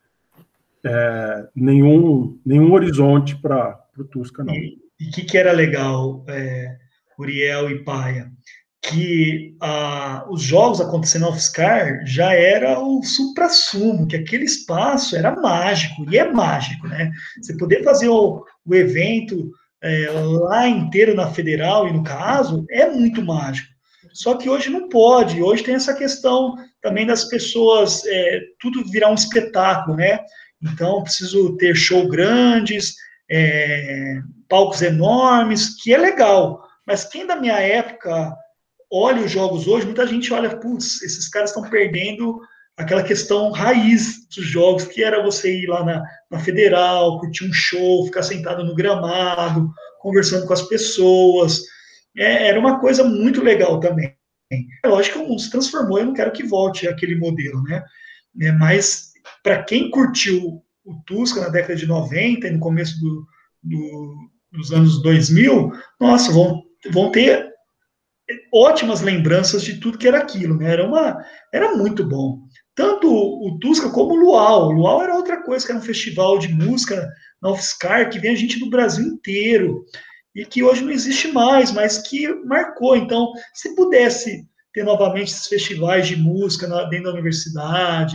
é, nenhum, nenhum horizonte para o Tusca, não. E o que, que era legal, é, Uriel e Paia? Que ah, os jogos acontecendo na UFSCar já era o supra-sumo, que aquele espaço era mágico, e é mágico, né? Você poder fazer o, o evento é, lá inteiro na Federal, e no caso, é muito mágico. Só que hoje não pode, hoje tem essa questão também das pessoas, é, tudo virar um espetáculo, né? Então, preciso ter show grandes, é, palcos enormes, que é legal, mas quem da minha época olha os jogos hoje, muita gente olha, putz, esses caras estão perdendo aquela questão raiz dos jogos, que era você ir lá na, na Federal, curtir um show, ficar sentado no gramado, conversando com as pessoas, é, era uma coisa muito legal também. É lógico que o mundo se transformou, eu não quero que volte aquele modelo, né? É, mas para quem curtiu o Tusca na década de noventa e no começo do, do, dos anos dois mil, nossa, vão, vão ter ótimas lembranças de tudo que era aquilo, né? Era, uma, era muito bom. Tanto o Tusca como o Luau. O Luau era outra coisa, que era um festival de música na UFSCar, que vem gente do Brasil inteiro, e que hoje não existe mais, mas que marcou. Então, se pudesse ter novamente esses festivais de música na, dentro da universidade,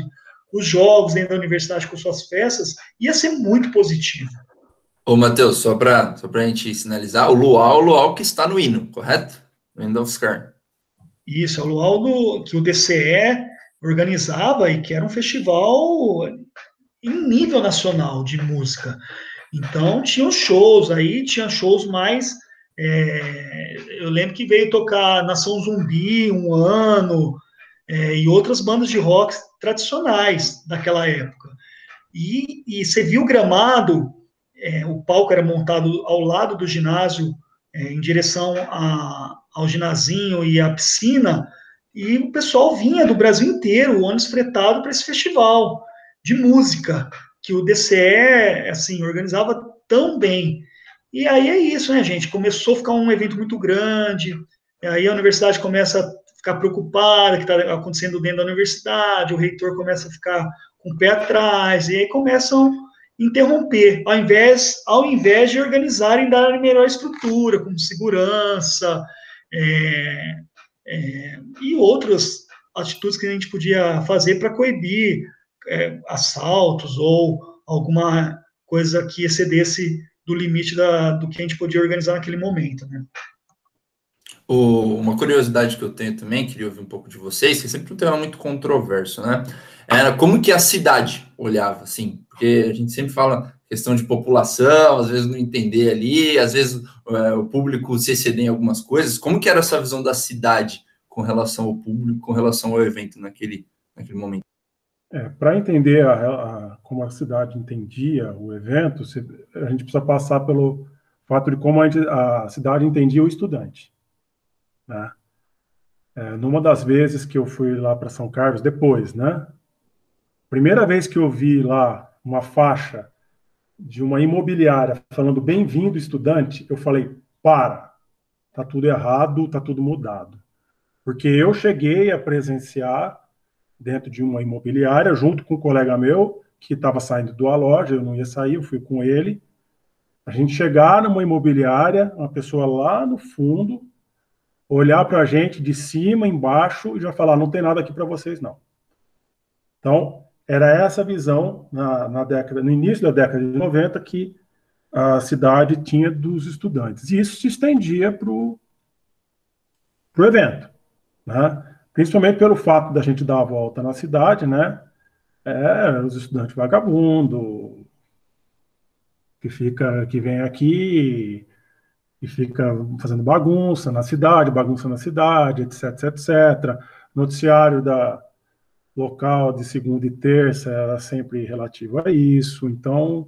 os jogos dentro da universidade com suas festas, ia ser muito positivo. Ô, Matheus, só para só a gente sinalizar, o luau, o luau que está no hino, correto? No hino da UFSCar. Isso, é o luau do, que o D C E organizava e que era um festival em nível nacional de música. Então, tinham shows aí, tinha shows mais... É, eu lembro que veio tocar Nação Zumbi um ano, é, e outras bandas de rock tradicionais daquela época. E, e você viu o gramado, é, o palco era montado ao lado do ginásio, é, em direção a, ao ginazinho e à piscina, e o pessoal vinha do Brasil inteiro, o ônibus fretado para esse festival de música, que o D C E, assim, organizava tão bem. E aí é isso, né, gente? Começou a ficar um evento muito grande, aí a universidade começa a ficar preocupada que está acontecendo dentro da universidade, o reitor começa a ficar com o pé atrás, e aí começam a interromper, ao invés, ao invés de organizarem e darem melhor estrutura, como segurança, é, é, e outras atitudes que a gente podia fazer para coibir é, assaltos ou alguma coisa que excedesse do limite da, do que a gente podia organizar naquele momento, né? O, uma curiosidade que eu tenho também, queria ouvir um pouco de vocês, que é sempre um tema muito controverso, né? Era como que a cidade olhava, assim, porque a gente sempre fala questão de população, às vezes não entender ali, às vezes é, o público se exceder em algumas coisas. Como que era essa visão da cidade com relação ao público, com relação ao evento naquele, naquele momento? É, para entender a, a, como a cidade entendia o evento, a gente precisa passar pelo fato de como a, gente, a cidade entendia o estudante, né? É, numa das vezes que eu fui lá para São Carlos, depois, né? Primeira vez que eu vi lá uma faixa de uma imobiliária falando bem-vindo estudante, eu falei, para, tá tudo errado, tá tudo mudado. Porque eu cheguei a presenciar dentro de uma imobiliária, junto com um colega meu, que estava saindo de uma loja, eu não ia sair, eu fui com ele. A gente chegar numa imobiliária, uma pessoa lá no fundo, olhar para a gente de cima, embaixo, e já falar, não tem nada aqui para vocês, não. Então, era essa visão, na, na década, no início da década de noventa, que a cidade tinha dos estudantes. E isso se estendia para o evento, né? Principalmente pelo fato da gente dar a volta na cidade, né? É, os estudantes vagabundos, que fica, que vem aqui e fica fazendo bagunça na cidade, bagunça na cidade, etc, etc, etcétera. Noticiário da local de segunda e terça era sempre relativo a isso. Então,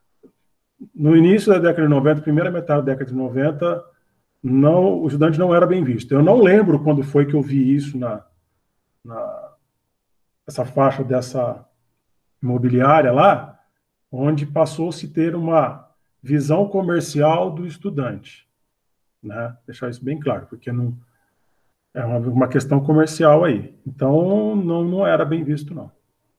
no início da década de noventa, primeira metade da década de noventa, não, o estudante não era bem visto. Eu não lembro quando foi que eu vi isso na, na essa faixa dessa imobiliária lá, onde passou-se a ter uma visão comercial do estudante, né? Deixar isso bem claro, porque não é uma, uma questão comercial aí. Então, não, não era bem visto, não.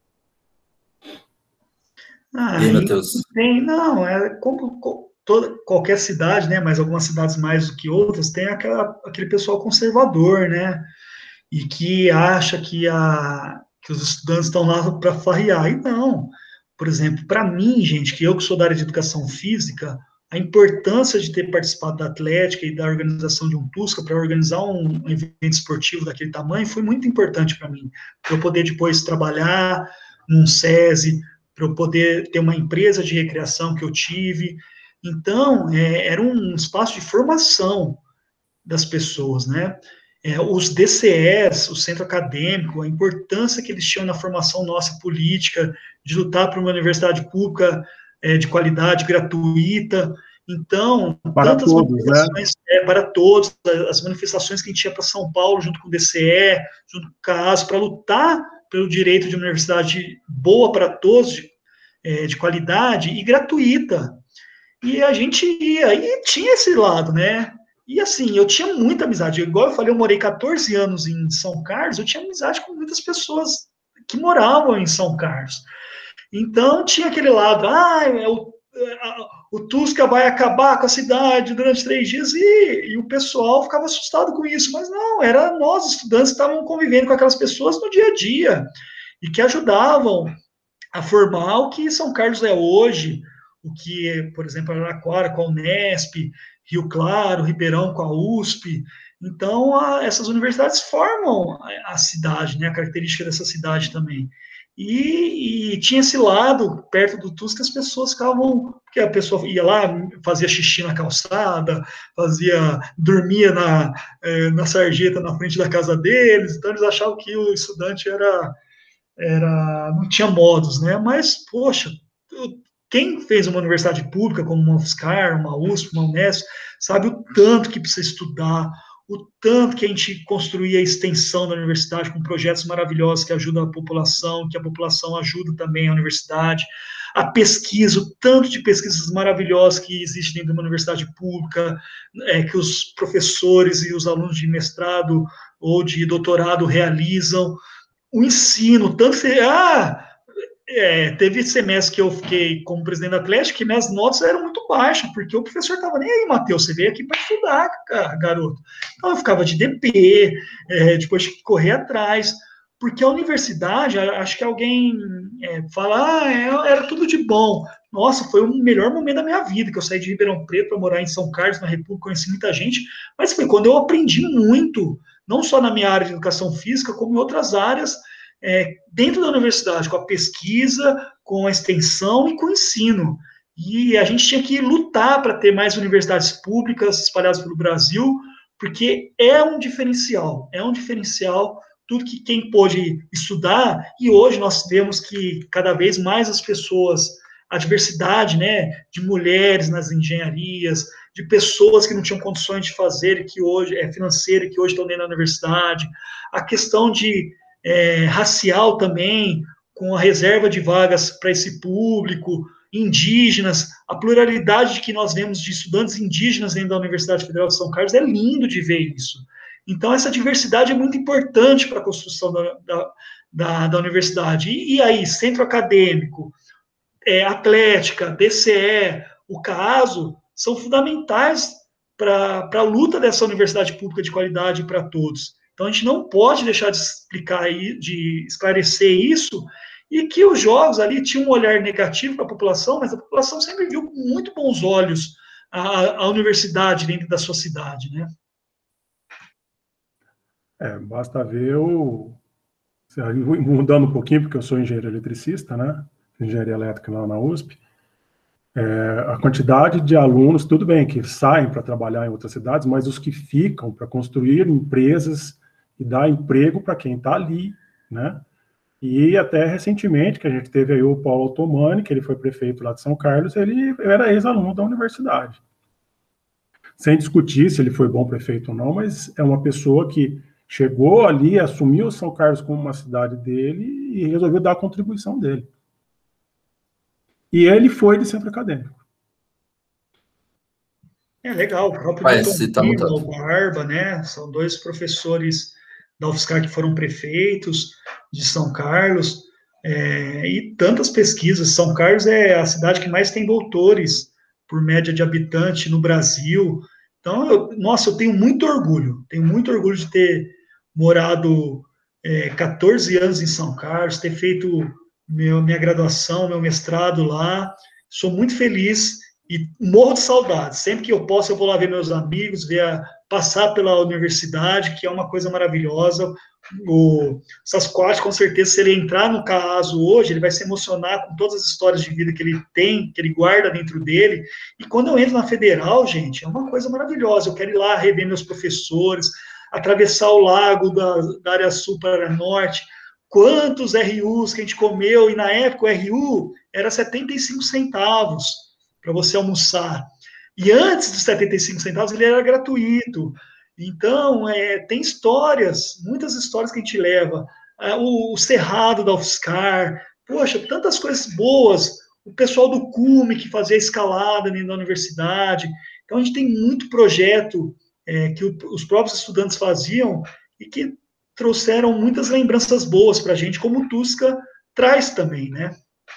Ah, E aí, Matheus? tem, não, é como toda, qualquer cidade, né, mas algumas cidades mais do que outras, tem aquela, aquele pessoal conservador, né, e que acha que, a, que os estudantes estão lá para farrear. E não. Por exemplo, para mim, gente, que eu que sou da área de educação física, a importância de ter participado da Atlética e da organização de um TUSCA para organizar um, um evento esportivo daquele tamanho foi muito importante para mim, para eu poder depois trabalhar num SESI, para eu poder ter uma empresa de recreação que eu tive. Então, é, era um espaço de formação das pessoas, né? É, os D C Es, o centro acadêmico, a importância que eles tinham na formação nossa política, de lutar por uma universidade pública é, de qualidade, gratuita. Então, para tantas todos, manifestações, né? é, para todos, as manifestações que a gente ia para São Paulo, junto com o D C E, junto com o CAAS, para lutar pelo direito de uma universidade boa para todos, de, é, de qualidade e gratuita. E a gente ia, e tinha esse lado, né? E assim, eu tinha muita amizade. Igual eu falei, eu morei quatorze anos em São Carlos, eu tinha amizade com muitas pessoas que moravam em São Carlos. Então, tinha aquele lado, ah, é o, o TUSCA vai acabar com a cidade durante três dias, e, e o pessoal ficava assustado com isso. Mas não, era nós, estudantes, que estavam convivendo com aquelas pessoas no dia a dia. e que ajudavam a formar o que São Carlos é hoje, o que, por exemplo, Araraquara com a Unesp, Rio Claro, Ribeirão com a U S P. Então, a, essas universidades formam a, a cidade, né, a característica dessa cidade também. E, e tinha esse lado, perto do TUS, que as pessoas ficavam, porque a pessoa ia lá, fazia xixi na calçada, fazia, dormia na, eh, na sarjeta na frente da casa deles, então eles achavam que o estudante era, era não tinha modos, né? Mas, poxa, quem fez uma universidade pública, como uma UFSCar, uma U S P, uma Unesp, sabe o tanto que precisa estudar, o tanto que a gente construía a extensão da universidade com projetos maravilhosos que ajudam a população, que a população ajuda também a universidade, a pesquisa, o tanto de pesquisas maravilhosas que existem dentro de uma universidade pública, é, que os professores e os alunos de mestrado ou de doutorado realizam, o ensino, tanto que, ah, é, teve semestre que eu fiquei como presidente da Atlético que minhas notas eram muito baixas, porque o professor estava nem aí, Matheus, você veio aqui para estudar, cara, garoto. Então eu ficava de D P, é, depois de correr atrás, porque a universidade, acho que alguém é, fala, ah, é, era tudo de bom. Nossa, foi o melhor momento da minha vida, que eu saí de Ribeirão Preto para morar em São Carlos, na República, conheci muita gente, mas foi quando eu aprendi muito, não só na minha área de educação física, como em outras áreas, é, dentro da universidade, com a pesquisa, com a extensão e com o ensino. E a gente tinha que lutar para ter mais universidades públicas espalhadas pelo Brasil, porque é um diferencial, é um diferencial tudo que quem pôde estudar, e hoje nós vemos que cada vez mais as pessoas, a diversidade, né, de mulheres nas engenharias, de pessoas que não tinham condições de fazer, que hoje é financeira, que hoje estão dentro da universidade, a questão de É, racial também, com a reserva de vagas para esse público, indígenas, a pluralidade que nós vemos de estudantes indígenas dentro da Universidade Federal de São Carlos, é lindo de ver isso. Então, essa diversidade é muito importante para a construção da, da, da, da universidade. E, e aí, centro acadêmico, é, atlética, D C E, o CASO, são fundamentais para a luta dessa universidade pública de qualidade para todos. Então, a gente não pode deixar de explicar, de esclarecer isso, e que os jogos ali tinham um olhar negativo para a população, mas a população sempre viu com muito bons olhos a, a universidade dentro da sua cidade, né? É, basta ver o... Mudando um pouquinho, porque eu sou engenheiro eletricista, né? Engenharia elétrica lá na U S P. É, a quantidade de alunos, tudo bem que saem para trabalhar em outras cidades, mas os que ficam para construir empresas e dar emprego para quem está ali, né? E até recentemente, que a gente teve aí o Paulo Otomani, que ele foi prefeito lá de São Carlos, ele era ex-aluno da universidade. Sem discutir se ele foi bom prefeito ou não, mas é uma pessoa que chegou ali, assumiu São Carlos como uma cidade dele e resolveu dar a contribuição dele. E ele foi de centro acadêmico. É legal, o próprio Pai, Newton você tá Lima, mutado. o Barba, né? São dois professores da UFSCar que foram prefeitos de São Carlos, é, e tantas pesquisas. São Carlos é a cidade que mais tem doutores por média de habitante no Brasil. Então, eu, nossa, eu tenho muito orgulho, tenho muito orgulho de ter morado é, quatorze anos em São Carlos, ter feito meu, minha graduação, meu mestrado lá. Sou muito feliz e morro de saudade. Sempre que eu posso, eu vou lá ver meus amigos, ver a, passar pela universidade, que é uma coisa maravilhosa. O Sasquatch, com certeza, se ele entrar no caso hoje, ele vai se emocionar com todas as histórias de vida que ele tem, que ele guarda dentro dele. E quando eu entro na Federal, gente, é uma coisa maravilhosa. Eu quero ir lá rever meus professores, atravessar o lago da, da área sul para a área norte. Quantos R Us que a gente comeu, e na época o R U era setenta e cinco centavos para você almoçar. E antes dos setenta e cinco centavos, ele era gratuito. Então, é, tem histórias, muitas histórias que a gente leva. É, o, o Cerrado da UFSCar, poxa, tantas coisas boas. O pessoal do Cume, que fazia escalada dentro da universidade. Então, a gente tem muito projeto é, que o, os próprios estudantes faziam e que trouxeram muitas lembranças boas para a gente, como o Tusca traz também, né?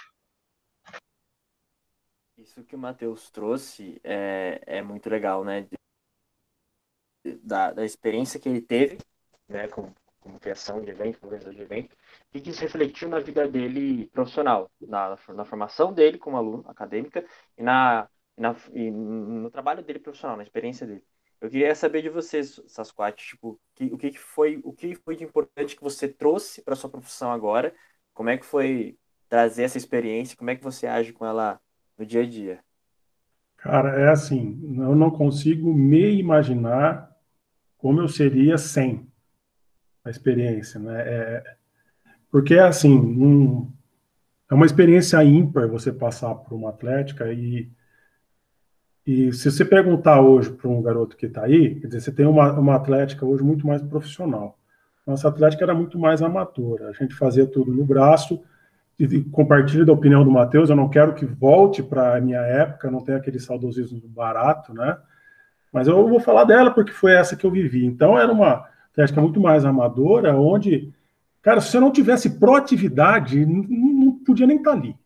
Isso que o Matheus trouxe é, é muito legal, né? Da, da experiência que ele teve, né, com como criação de evento, como organização de evento, e que isso refletiu na vida dele profissional, na, na formação dele como aluno acadêmica e, na, na, e no trabalho dele profissional, na experiência dele. Eu queria saber de você, Sasquatch, tipo, que, o que foi, o que foi de importante que você trouxe para sua profissão agora? Como é que foi trazer essa experiência? Como é que você age com ela no dia a dia? Cara, é assim, eu não consigo me imaginar como eu seria sem a experiência, né? É, porque é assim, um, é uma experiência ímpar você passar por uma atlética e, e se você perguntar hoje para um garoto que está aí, quer dizer, você tem uma, uma atlética hoje muito mais profissional. Nossa atlética era muito mais amadora, a gente fazia tudo no braço, e, e compartilho da opinião do Matheus, eu não quero que volte para a minha época, não tem aquele saudosismo barato, né? Mas eu vou falar dela porque foi essa que eu vivi. Então era uma atlética muito mais amadora, onde, cara, se você não tivesse proatividade, não, não podia nem estar ali.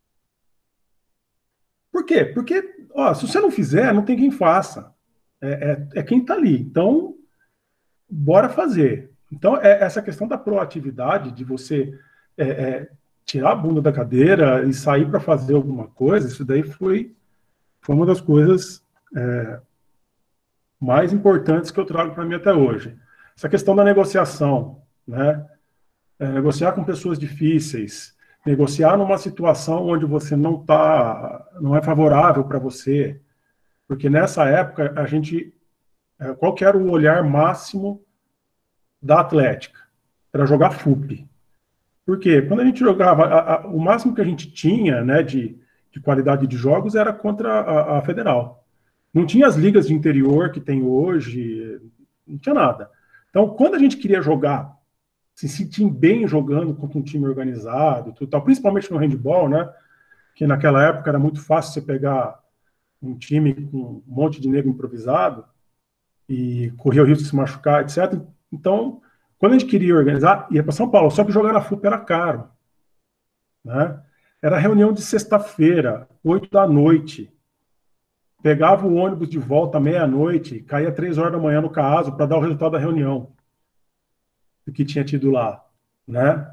Por quê? Porque, ó, se você não fizer, não tem quem faça. É, é, é quem está ali. Então, bora fazer. Então, é essa questão da proatividade, de você é, é, tirar a bunda da cadeira e sair para fazer alguma coisa, isso daí foi, foi uma das coisas é, mais importantes que eu trago para mim até hoje. Essa questão da negociação, né? É, negociar com pessoas difíceis, negociar numa situação onde você não tá, não é favorável para você, porque nessa época a gente, qual que era o olhar máximo da Atlética? Era jogar F U P. Por quê? Quando a gente jogava, a, a, o máximo que a gente tinha, né, de, de qualidade de jogos era contra a, a Federal. Não tinha as ligas de interior que tem hoje, não tinha nada. Então, quando a gente queria jogar, se sentir bem jogando contra um time organizado, tudo tal, principalmente no handball, né? Que naquela época era muito fácil você pegar um time com um monte de negro improvisado e correr o risco de se machucar, etcétera. Então, quando a gente queria organizar, ia para São Paulo, só que jogar na F U P era caro, né? Era reunião de sexta-feira, oito da noite. Pegava o ônibus de volta à meia-noite, caía três horas da manhã no caso para dar o resultado da reunião do que tinha tido lá, né?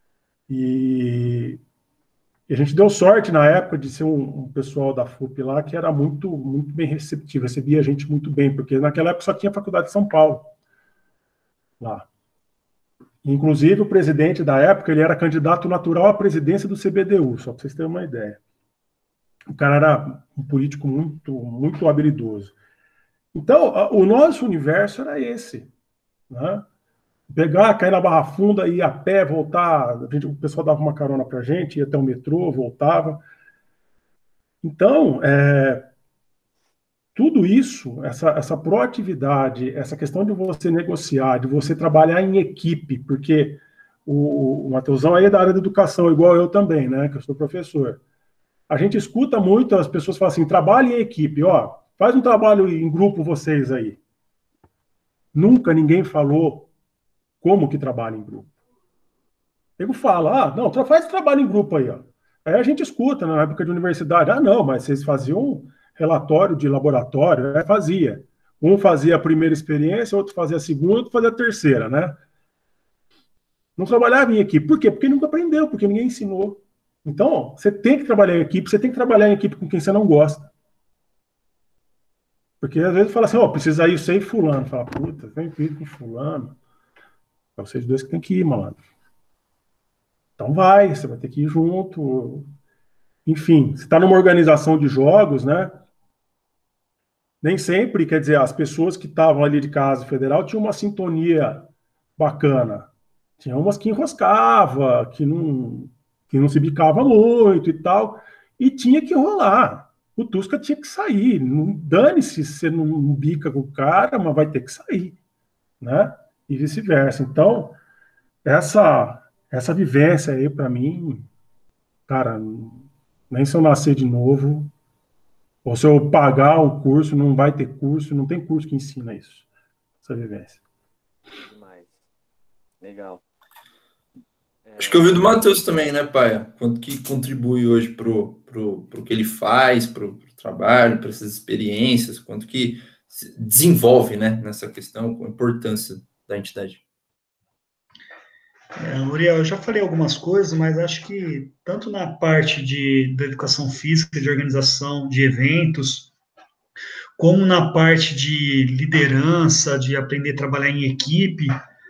E, e a gente deu sorte na época de ser um, um pessoal da F U P lá que era muito, muito bem receptivo, recebia a gente muito bem, porque naquela época só tinha a Faculdade de São Paulo lá. Inclusive o presidente da época, ele era candidato natural à presidência do C B D U, só para vocês terem uma ideia. O cara era um político muito, muito habilidoso. Então, a, o nosso universo era esse, né? Pegar, cair na Barra Funda, ir a pé, voltar. A gente, o pessoal dava uma carona pra gente, ia até o metrô, voltava. Então, é, tudo isso, essa, essa proatividade, essa questão de você negociar, de você trabalhar em equipe, porque o, o Mateusão aí é da área da educação, igual eu também, né? Que eu sou professor. A gente escuta muito as pessoas falam assim, trabalhe em equipe, ó, faz um trabalho em grupo vocês aí. Nunca ninguém falou como que trabalha em grupo. Ele fala, ah, não, faz trabalho em grupo aí, ó. Aí a gente escuta, na época de universidade, ah, não, mas vocês faziam um relatório de laboratório, é, fazia. Um fazia a primeira experiência, outro fazia a segunda, outro fazia a terceira, né? Não trabalhava em equipe. Por quê? Porque nunca aprendeu, porque ninguém ensinou. Então, ó, você tem que trabalhar em equipe, você tem que trabalhar em equipe com quem você não gosta. Porque às vezes fala assim, ó, oh, precisa ir sem fulano. Fala, puta, vem vir com fulano. É vocês dois que tem que ir, malandro. Então vai, você vai ter que ir junto. Enfim, você está numa organização de jogos, né? Nem sempre, quer dizer, as pessoas que estavam ali de casa federal tinham uma sintonia bacana. Tinha umas que enroscava, que não, que não se bicava muito e tal. E tinha que rolar. O Tusca tinha que sair. Não dane-se se você não bica com o cara, mas vai ter que sair, né? E vice-versa. Então, essa, essa vivência aí, para mim, cara, nem se eu nascer de novo, ou se eu pagar o curso, não vai ter curso, não tem curso que ensina isso, essa vivência. Demais. Legal. É... Acho que eu vi do Matheus também, né, pai? Quanto que contribui hoje pro, pro, pro que ele faz, pro, pro trabalho, para essas experiências, quanto que desenvolve, né, nessa questão, com a importância da entidade. É, Uriel, eu já falei algumas coisas, mas acho que tanto na parte de, da educação física, de organização de eventos, como na parte de liderança, de aprender a trabalhar em equipe,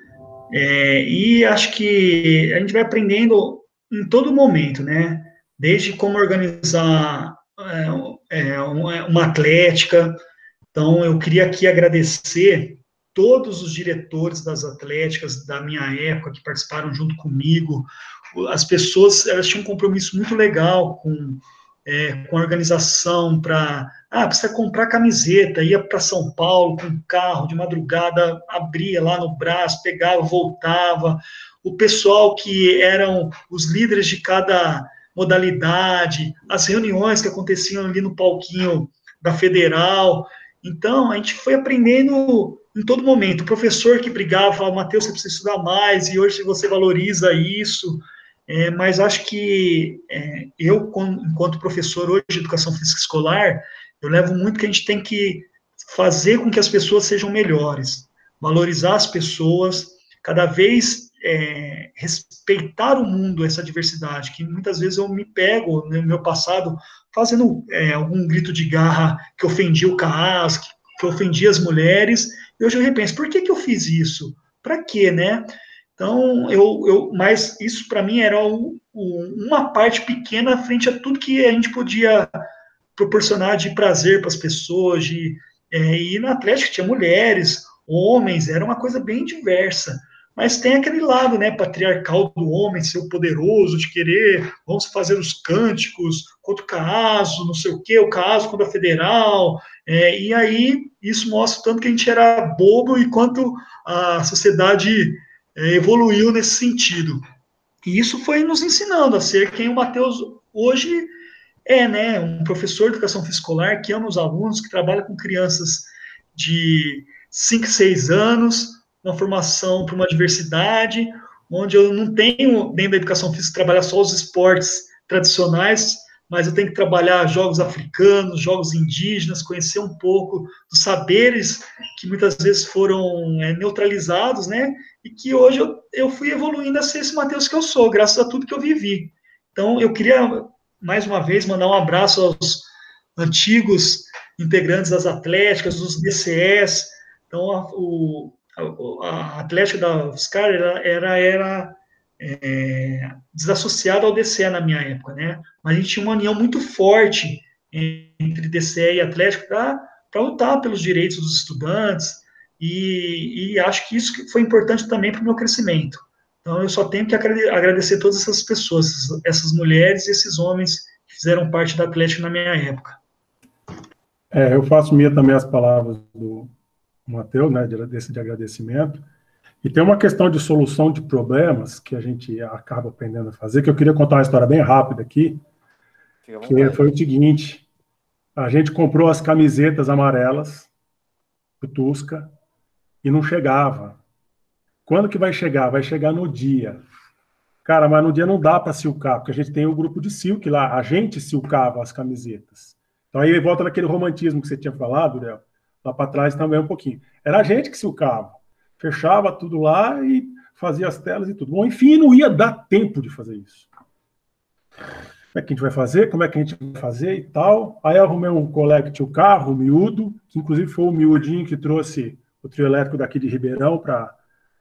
é, e acho que a gente vai aprendendo em todo momento, né? Desde como organizar é, é, uma, uma atlética. Então, eu queria aqui agradecer todos os diretores das atléticas da minha época que participaram junto comigo. As pessoas, elas tinham um compromisso muito legal com, é, com a organização para, ah, precisa comprar camiseta, ia para São Paulo com um carro de madrugada, abria lá no braço, pegava, voltava. O pessoal que eram os líderes de cada modalidade, as reuniões que aconteciam ali no palquinho da Federal. Então, a gente foi aprendendo em todo momento. O professor que brigava, falava, Matheus, você precisa estudar mais, e hoje você valoriza isso. É, mas acho que é, eu, enquanto professor hoje de educação física escolar, eu levo muito que a gente tem que fazer com que as pessoas sejam melhores, valorizar as pessoas, cada vez é, respeitar o mundo, essa diversidade, que muitas vezes eu me pego no meu passado fazendo é, algum grito de garra que ofendia o CAAS, que, que ofendia as mulheres, e hoje eu repenso, por que, que eu fiz isso? Para quê, né? Então, eu, eu, mas isso para mim era um, um, uma parte pequena frente a tudo que a gente podia proporcionar de prazer para as pessoas, de, é, e na Atlética tinha mulheres, homens, era uma coisa bem diversa. Mas tem aquele lado, né, patriarcal do homem, ser o poderoso, de querer, vamos fazer os cânticos contra o caso, não sei o quê, o caso contra a Federal, é, e aí isso mostra tanto que a gente era bobo e quanto a sociedade é, evoluiu nesse sentido. E isso foi nos ensinando a ser quem o Matheus hoje é, né, um professor de educação física escolar que ama os alunos, que trabalha com crianças de cinco, seis anos, uma formação para uma diversidade, onde eu não tenho, dentro da educação física, trabalhar só os esportes tradicionais, mas eu tenho que trabalhar jogos africanos, jogos indígenas, conhecer um pouco dos saberes que muitas vezes foram é, neutralizados, né? E que hoje eu, eu fui evoluindo a ser esse Matheus que eu sou, graças a tudo que eu vivi. Então, eu queria, mais uma vez, mandar um abraço aos antigos integrantes das atléticas, dos D C S. Então, a, o, a, a Atlética da UFSCar era, era, era é, desassociada ao D C E na minha época, né? Mas a gente tinha uma união muito forte entre D C E e Atlética para lutar pelos direitos dos estudantes, e, e acho que isso foi importante também para o meu crescimento. Então, eu só tenho que agradecer todas essas pessoas, essas mulheres e esses homens que fizeram parte da Atlética na minha época. É, eu faço minha também as palavras do Matheus, né, desse de agradecimento. E tem uma questão de solução de problemas que a gente acaba aprendendo a fazer, que eu queria contar uma história bem rápida aqui, que foi o seguinte: a gente comprou as camisetas amarelas do Tusca e não chegava. Quando que vai chegar? Vai chegar no dia. Cara, mas no dia não dá para silcar, porque a gente tem o grupo de silk lá, a gente silcava as camisetas. Então aí volta naquele romantismo que você tinha falado, Léo, lá para trás também um pouquinho. Era a gente que silcava, fechava tudo lá e fazia as telas e tudo. Bom, enfim, não ia dar tempo de fazer isso. Como é que a gente vai fazer? Como é que a gente vai fazer e tal? Aí eu arrumei um colega que tinha o carro, o Miúdo, que inclusive foi o Miudinho que trouxe o trio elétrico daqui de Ribeirão para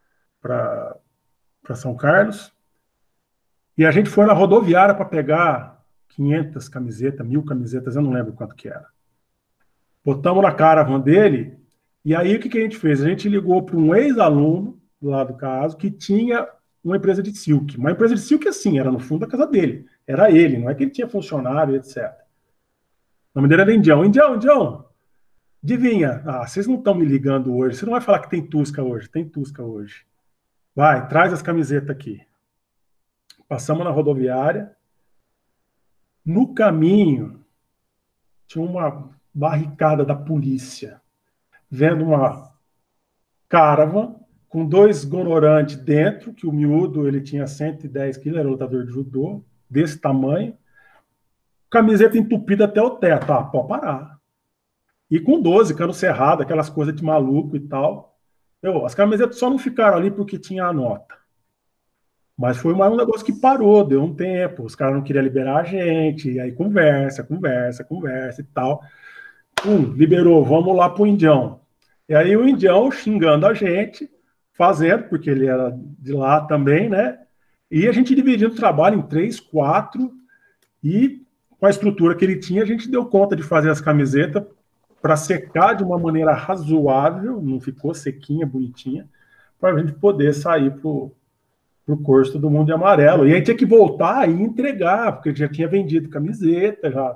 para São Carlos. E a gente foi na rodoviária para pegar quinhentas camisetas, mil camisetas, eu não lembro quanto que era. Botamos na caravan dele, e aí o que, que a gente fez? A gente ligou para um ex-aluno, lá do caso, que tinha uma empresa de silk. Uma empresa de silk, assim, era no fundo da casa dele. Era ele, não é que ele tinha funcionário, etcétera. O nome dele era Indião. Indião, Indião, adivinha? Ah, vocês não estão me ligando hoje. Você não vai falar que tem Tusca hoje. Tem Tusca hoje. Vai, traz as camisetas aqui. Passamos na rodoviária. No caminho, tinha uma barricada da polícia, vendo uma caravan com dois gonorantes dentro, que o Miúdo, ele tinha cento e dez quilos, era lutador de judô, desse tamanho, camiseta entupida até o teto. Ah, pode parar. E com doze, cano cerrado, aquelas coisas de maluco e tal. Eu, as camisetas só não ficaram ali porque tinha a nota. Mas foi mais um negócio que parou, deu um tempo. Os caras não queriam liberar a gente, e aí conversa, conversa, conversa e tal. Hum, liberou, vamos lá pro Indião. E aí o Indião xingando a gente, fazendo, porque ele era de lá também, né? E a gente dividindo o trabalho em três, quatro, e com a estrutura que ele tinha, a gente deu conta de fazer as camisetas para secar de uma maneira razoável, não ficou sequinha, bonitinha, para a gente poder sair pro pro curso do Mundo de Amarelo. E aí tinha que voltar e entregar, porque já tinha vendido camiseta, já.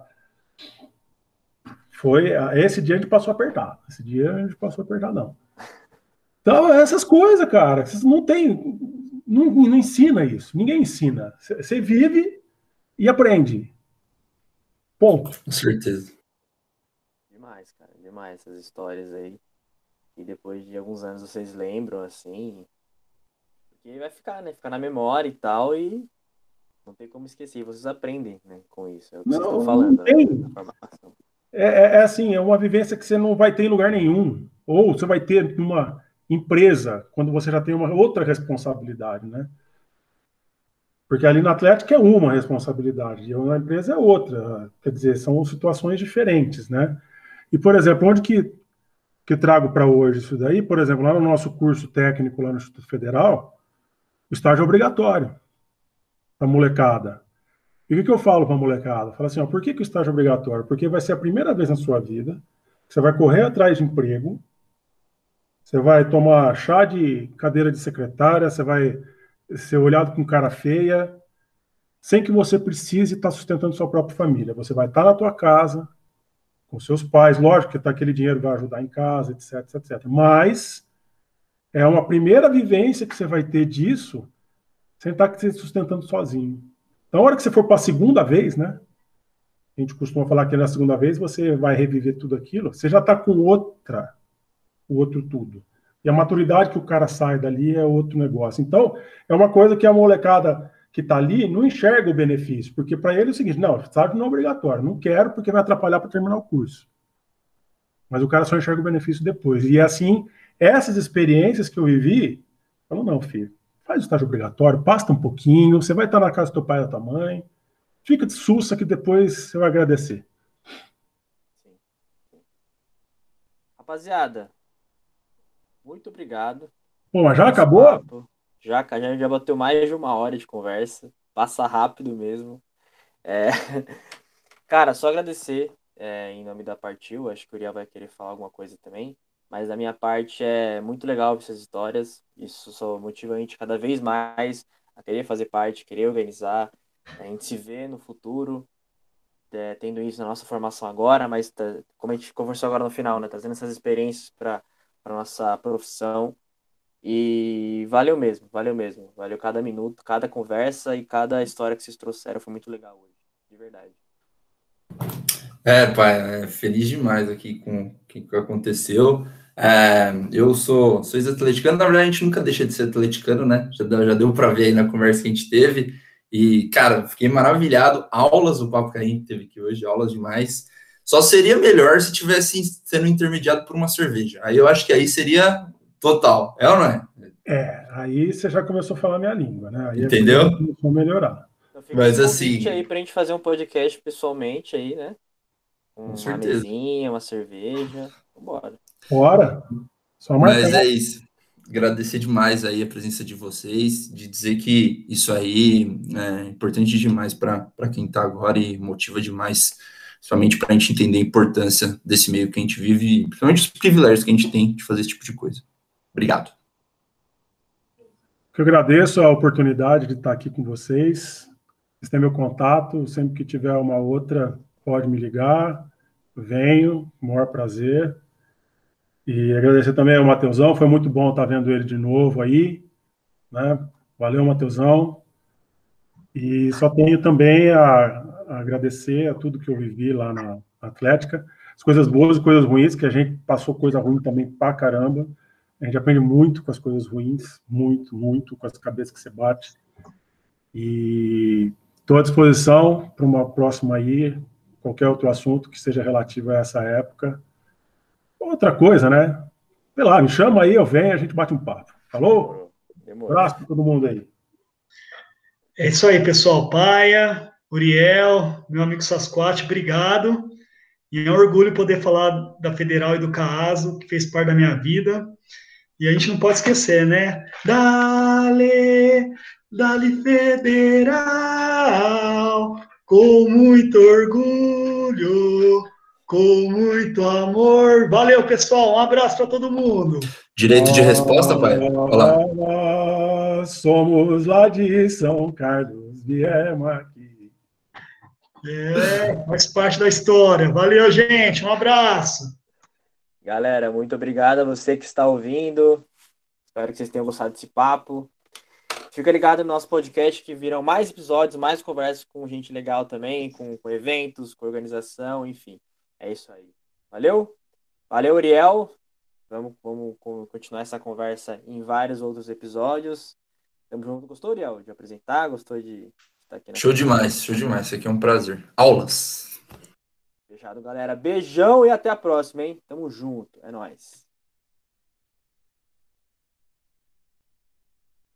Foi, esse dia a gente passou a apertar. Esse dia a gente passou a apertar, não. Então, essas coisas, cara, vocês não tem, não, não ensina isso, ninguém ensina. Você vive e aprende. Ponto. Com certeza. Demais, cara, demais essas histórias aí. E depois de alguns anos vocês lembram, assim... E vai ficar, né? Ficar na memória e tal, e não tem como esquecer. Vocês aprendem, né, com isso. É o que não, vocês estão falando, não tem. Né? É, é, é assim, é uma vivência que você não vai ter em lugar nenhum. Ou você vai ter numa empresa, quando você já tem uma outra responsabilidade, né? Porque ali no Atlético é uma responsabilidade, e na empresa é outra. Quer dizer, são situações diferentes, né? E, por exemplo, onde que, que eu trago para hoje isso daí? Por exemplo, lá no nosso curso técnico, lá no Instituto Federal, o estágio é obrigatório para a molecada. E o que, que eu falo para a molecada? Eu falo assim, ó, por que, que o estágio é obrigatório? Porque vai ser a primeira vez na sua vida que você vai correr atrás de emprego, você vai tomar chá de cadeira de secretária, você vai ser olhado com cara feia, sem que você precise estar sustentando sua própria família. Você vai estar na tua casa, com seus pais, lógico que tá, aquele dinheiro vai ajudar em casa, etc, etcétera. Mas é uma primeira vivência que você vai ter disso sem estar se sustentando sozinho. Então, a hora que você for para a segunda vez, né? A gente costuma falar que na segunda vez você vai reviver tudo aquilo, você já está com outra, o outro tudo. E a maturidade que o cara sai dali é outro negócio. Então, é uma coisa que a molecada que está ali não enxerga o benefício, porque para ele é o seguinte, não, sabe, não é obrigatório, não quero porque vai atrapalhar para terminar o curso. Mas o cara só enxerga o benefício depois. E assim, essas experiências que eu vivi, falam, não, filho, faz o estágio obrigatório, passa um pouquinho, você vai estar na casa do teu pai e da tua mãe, fica de sussa que depois você vai agradecer. Sim. Rapaziada, muito obrigado. Pô, mas já acabou? Papo. Já, já, já bateu mais de uma hora de conversa, passa rápido mesmo. É... Cara, só agradecer é, em nome da Partiu, acho que o Uriel vai querer falar alguma coisa também. Mas da minha parte é muito legal essas histórias. Isso só motiva a gente cada vez mais a querer fazer parte, querer organizar. A gente se vê no futuro, é, tendo isso na nossa formação agora, mas tá, como a gente conversou agora no final, né, trazendo essas experiências para a nossa profissão. E valeu mesmo, valeu mesmo. Valeu cada minuto, cada conversa e cada história que vocês trouxeram. Foi muito legal hoje, de verdade. É, pai, é, feliz demais aqui com o que aconteceu. É, eu sou, sou ex-atleticano, na verdade a gente nunca deixa de ser atleticano, né? Já, já deu para ver aí na conversa que a gente teve. E, cara, fiquei maravilhado. Aulas, o papo que a gente teve aqui hoje, aulas demais. Só seria melhor se tivesse sendo intermediado por uma cerveja. Aí eu acho que aí seria total, é ou não é? É, aí você já começou a falar minha língua, né? Aí entendeu? Começou a melhorar. Então fica Mas esse assim, convite aí pra gente fazer um podcast pessoalmente aí, né? Com uma certeza. mesinha, uma cerveja. Vambora. Bora. Só marcar. Mas é isso. Agradecer demais aí a presença de vocês, de dizer que isso aí é importante demais para quem está agora e motiva demais, somente para a gente entender a importância desse meio que a gente vive, e principalmente os privilégios que a gente tem de fazer esse tipo de coisa. Obrigado. Eu agradeço a oportunidade de estar aqui com vocês. Vocês têm meu contato, sempre que tiver uma outra, pode me ligar. Venho, com o maior prazer. E agradecer também ao Mateusão, foi muito bom estar vendo ele de novo aí, né? Valeu, Mateusão. E só tenho também a, a agradecer a tudo que eu vivi lá na Atlética, as coisas boas e coisas ruins, que a gente passou coisa ruim também pra caramba. A gente aprende muito com as coisas ruins, muito, muito, com as cabeças que você bate. E estou à disposição para uma próxima aí, qualquer outro assunto que seja relativo a essa época. Outra coisa, né? Sei lá, me chama aí, eu venho, a gente bate um papo. Falou? Demorou. Abraço para todo mundo aí. É isso aí, pessoal. Paia, Uriel, meu amigo Sasquatch, obrigado. E é um orgulho poder falar da Federal e do CAASO, que fez parte da minha vida. E a gente não pode esquecer, né? Dale, Dale Federal, com muito orgulho, com muito amor. Valeu, pessoal. Um abraço para todo mundo. Direito de resposta, pai? Olha lá. Nós somos lá de São Carlos, viemos aqui. É, faz parte da história. Valeu, gente. Um abraço. Galera, muito obrigado a você que está ouvindo. Espero que vocês tenham gostado desse papo. Fica ligado no nosso podcast que virão mais episódios, mais conversas com gente legal também, com, com eventos, com organização, enfim. É isso aí. Valeu? Valeu, Uriel. Vamos, vamos continuar essa conversa em vários outros episódios. Tamo junto. Gostou, Uriel, de apresentar? Gostou de estar aqui? Show demais, show demais. Isso aqui é um prazer. Aulas. Fechado, galera. Beijão e até a próxima, hein? Tamo junto. É nóis.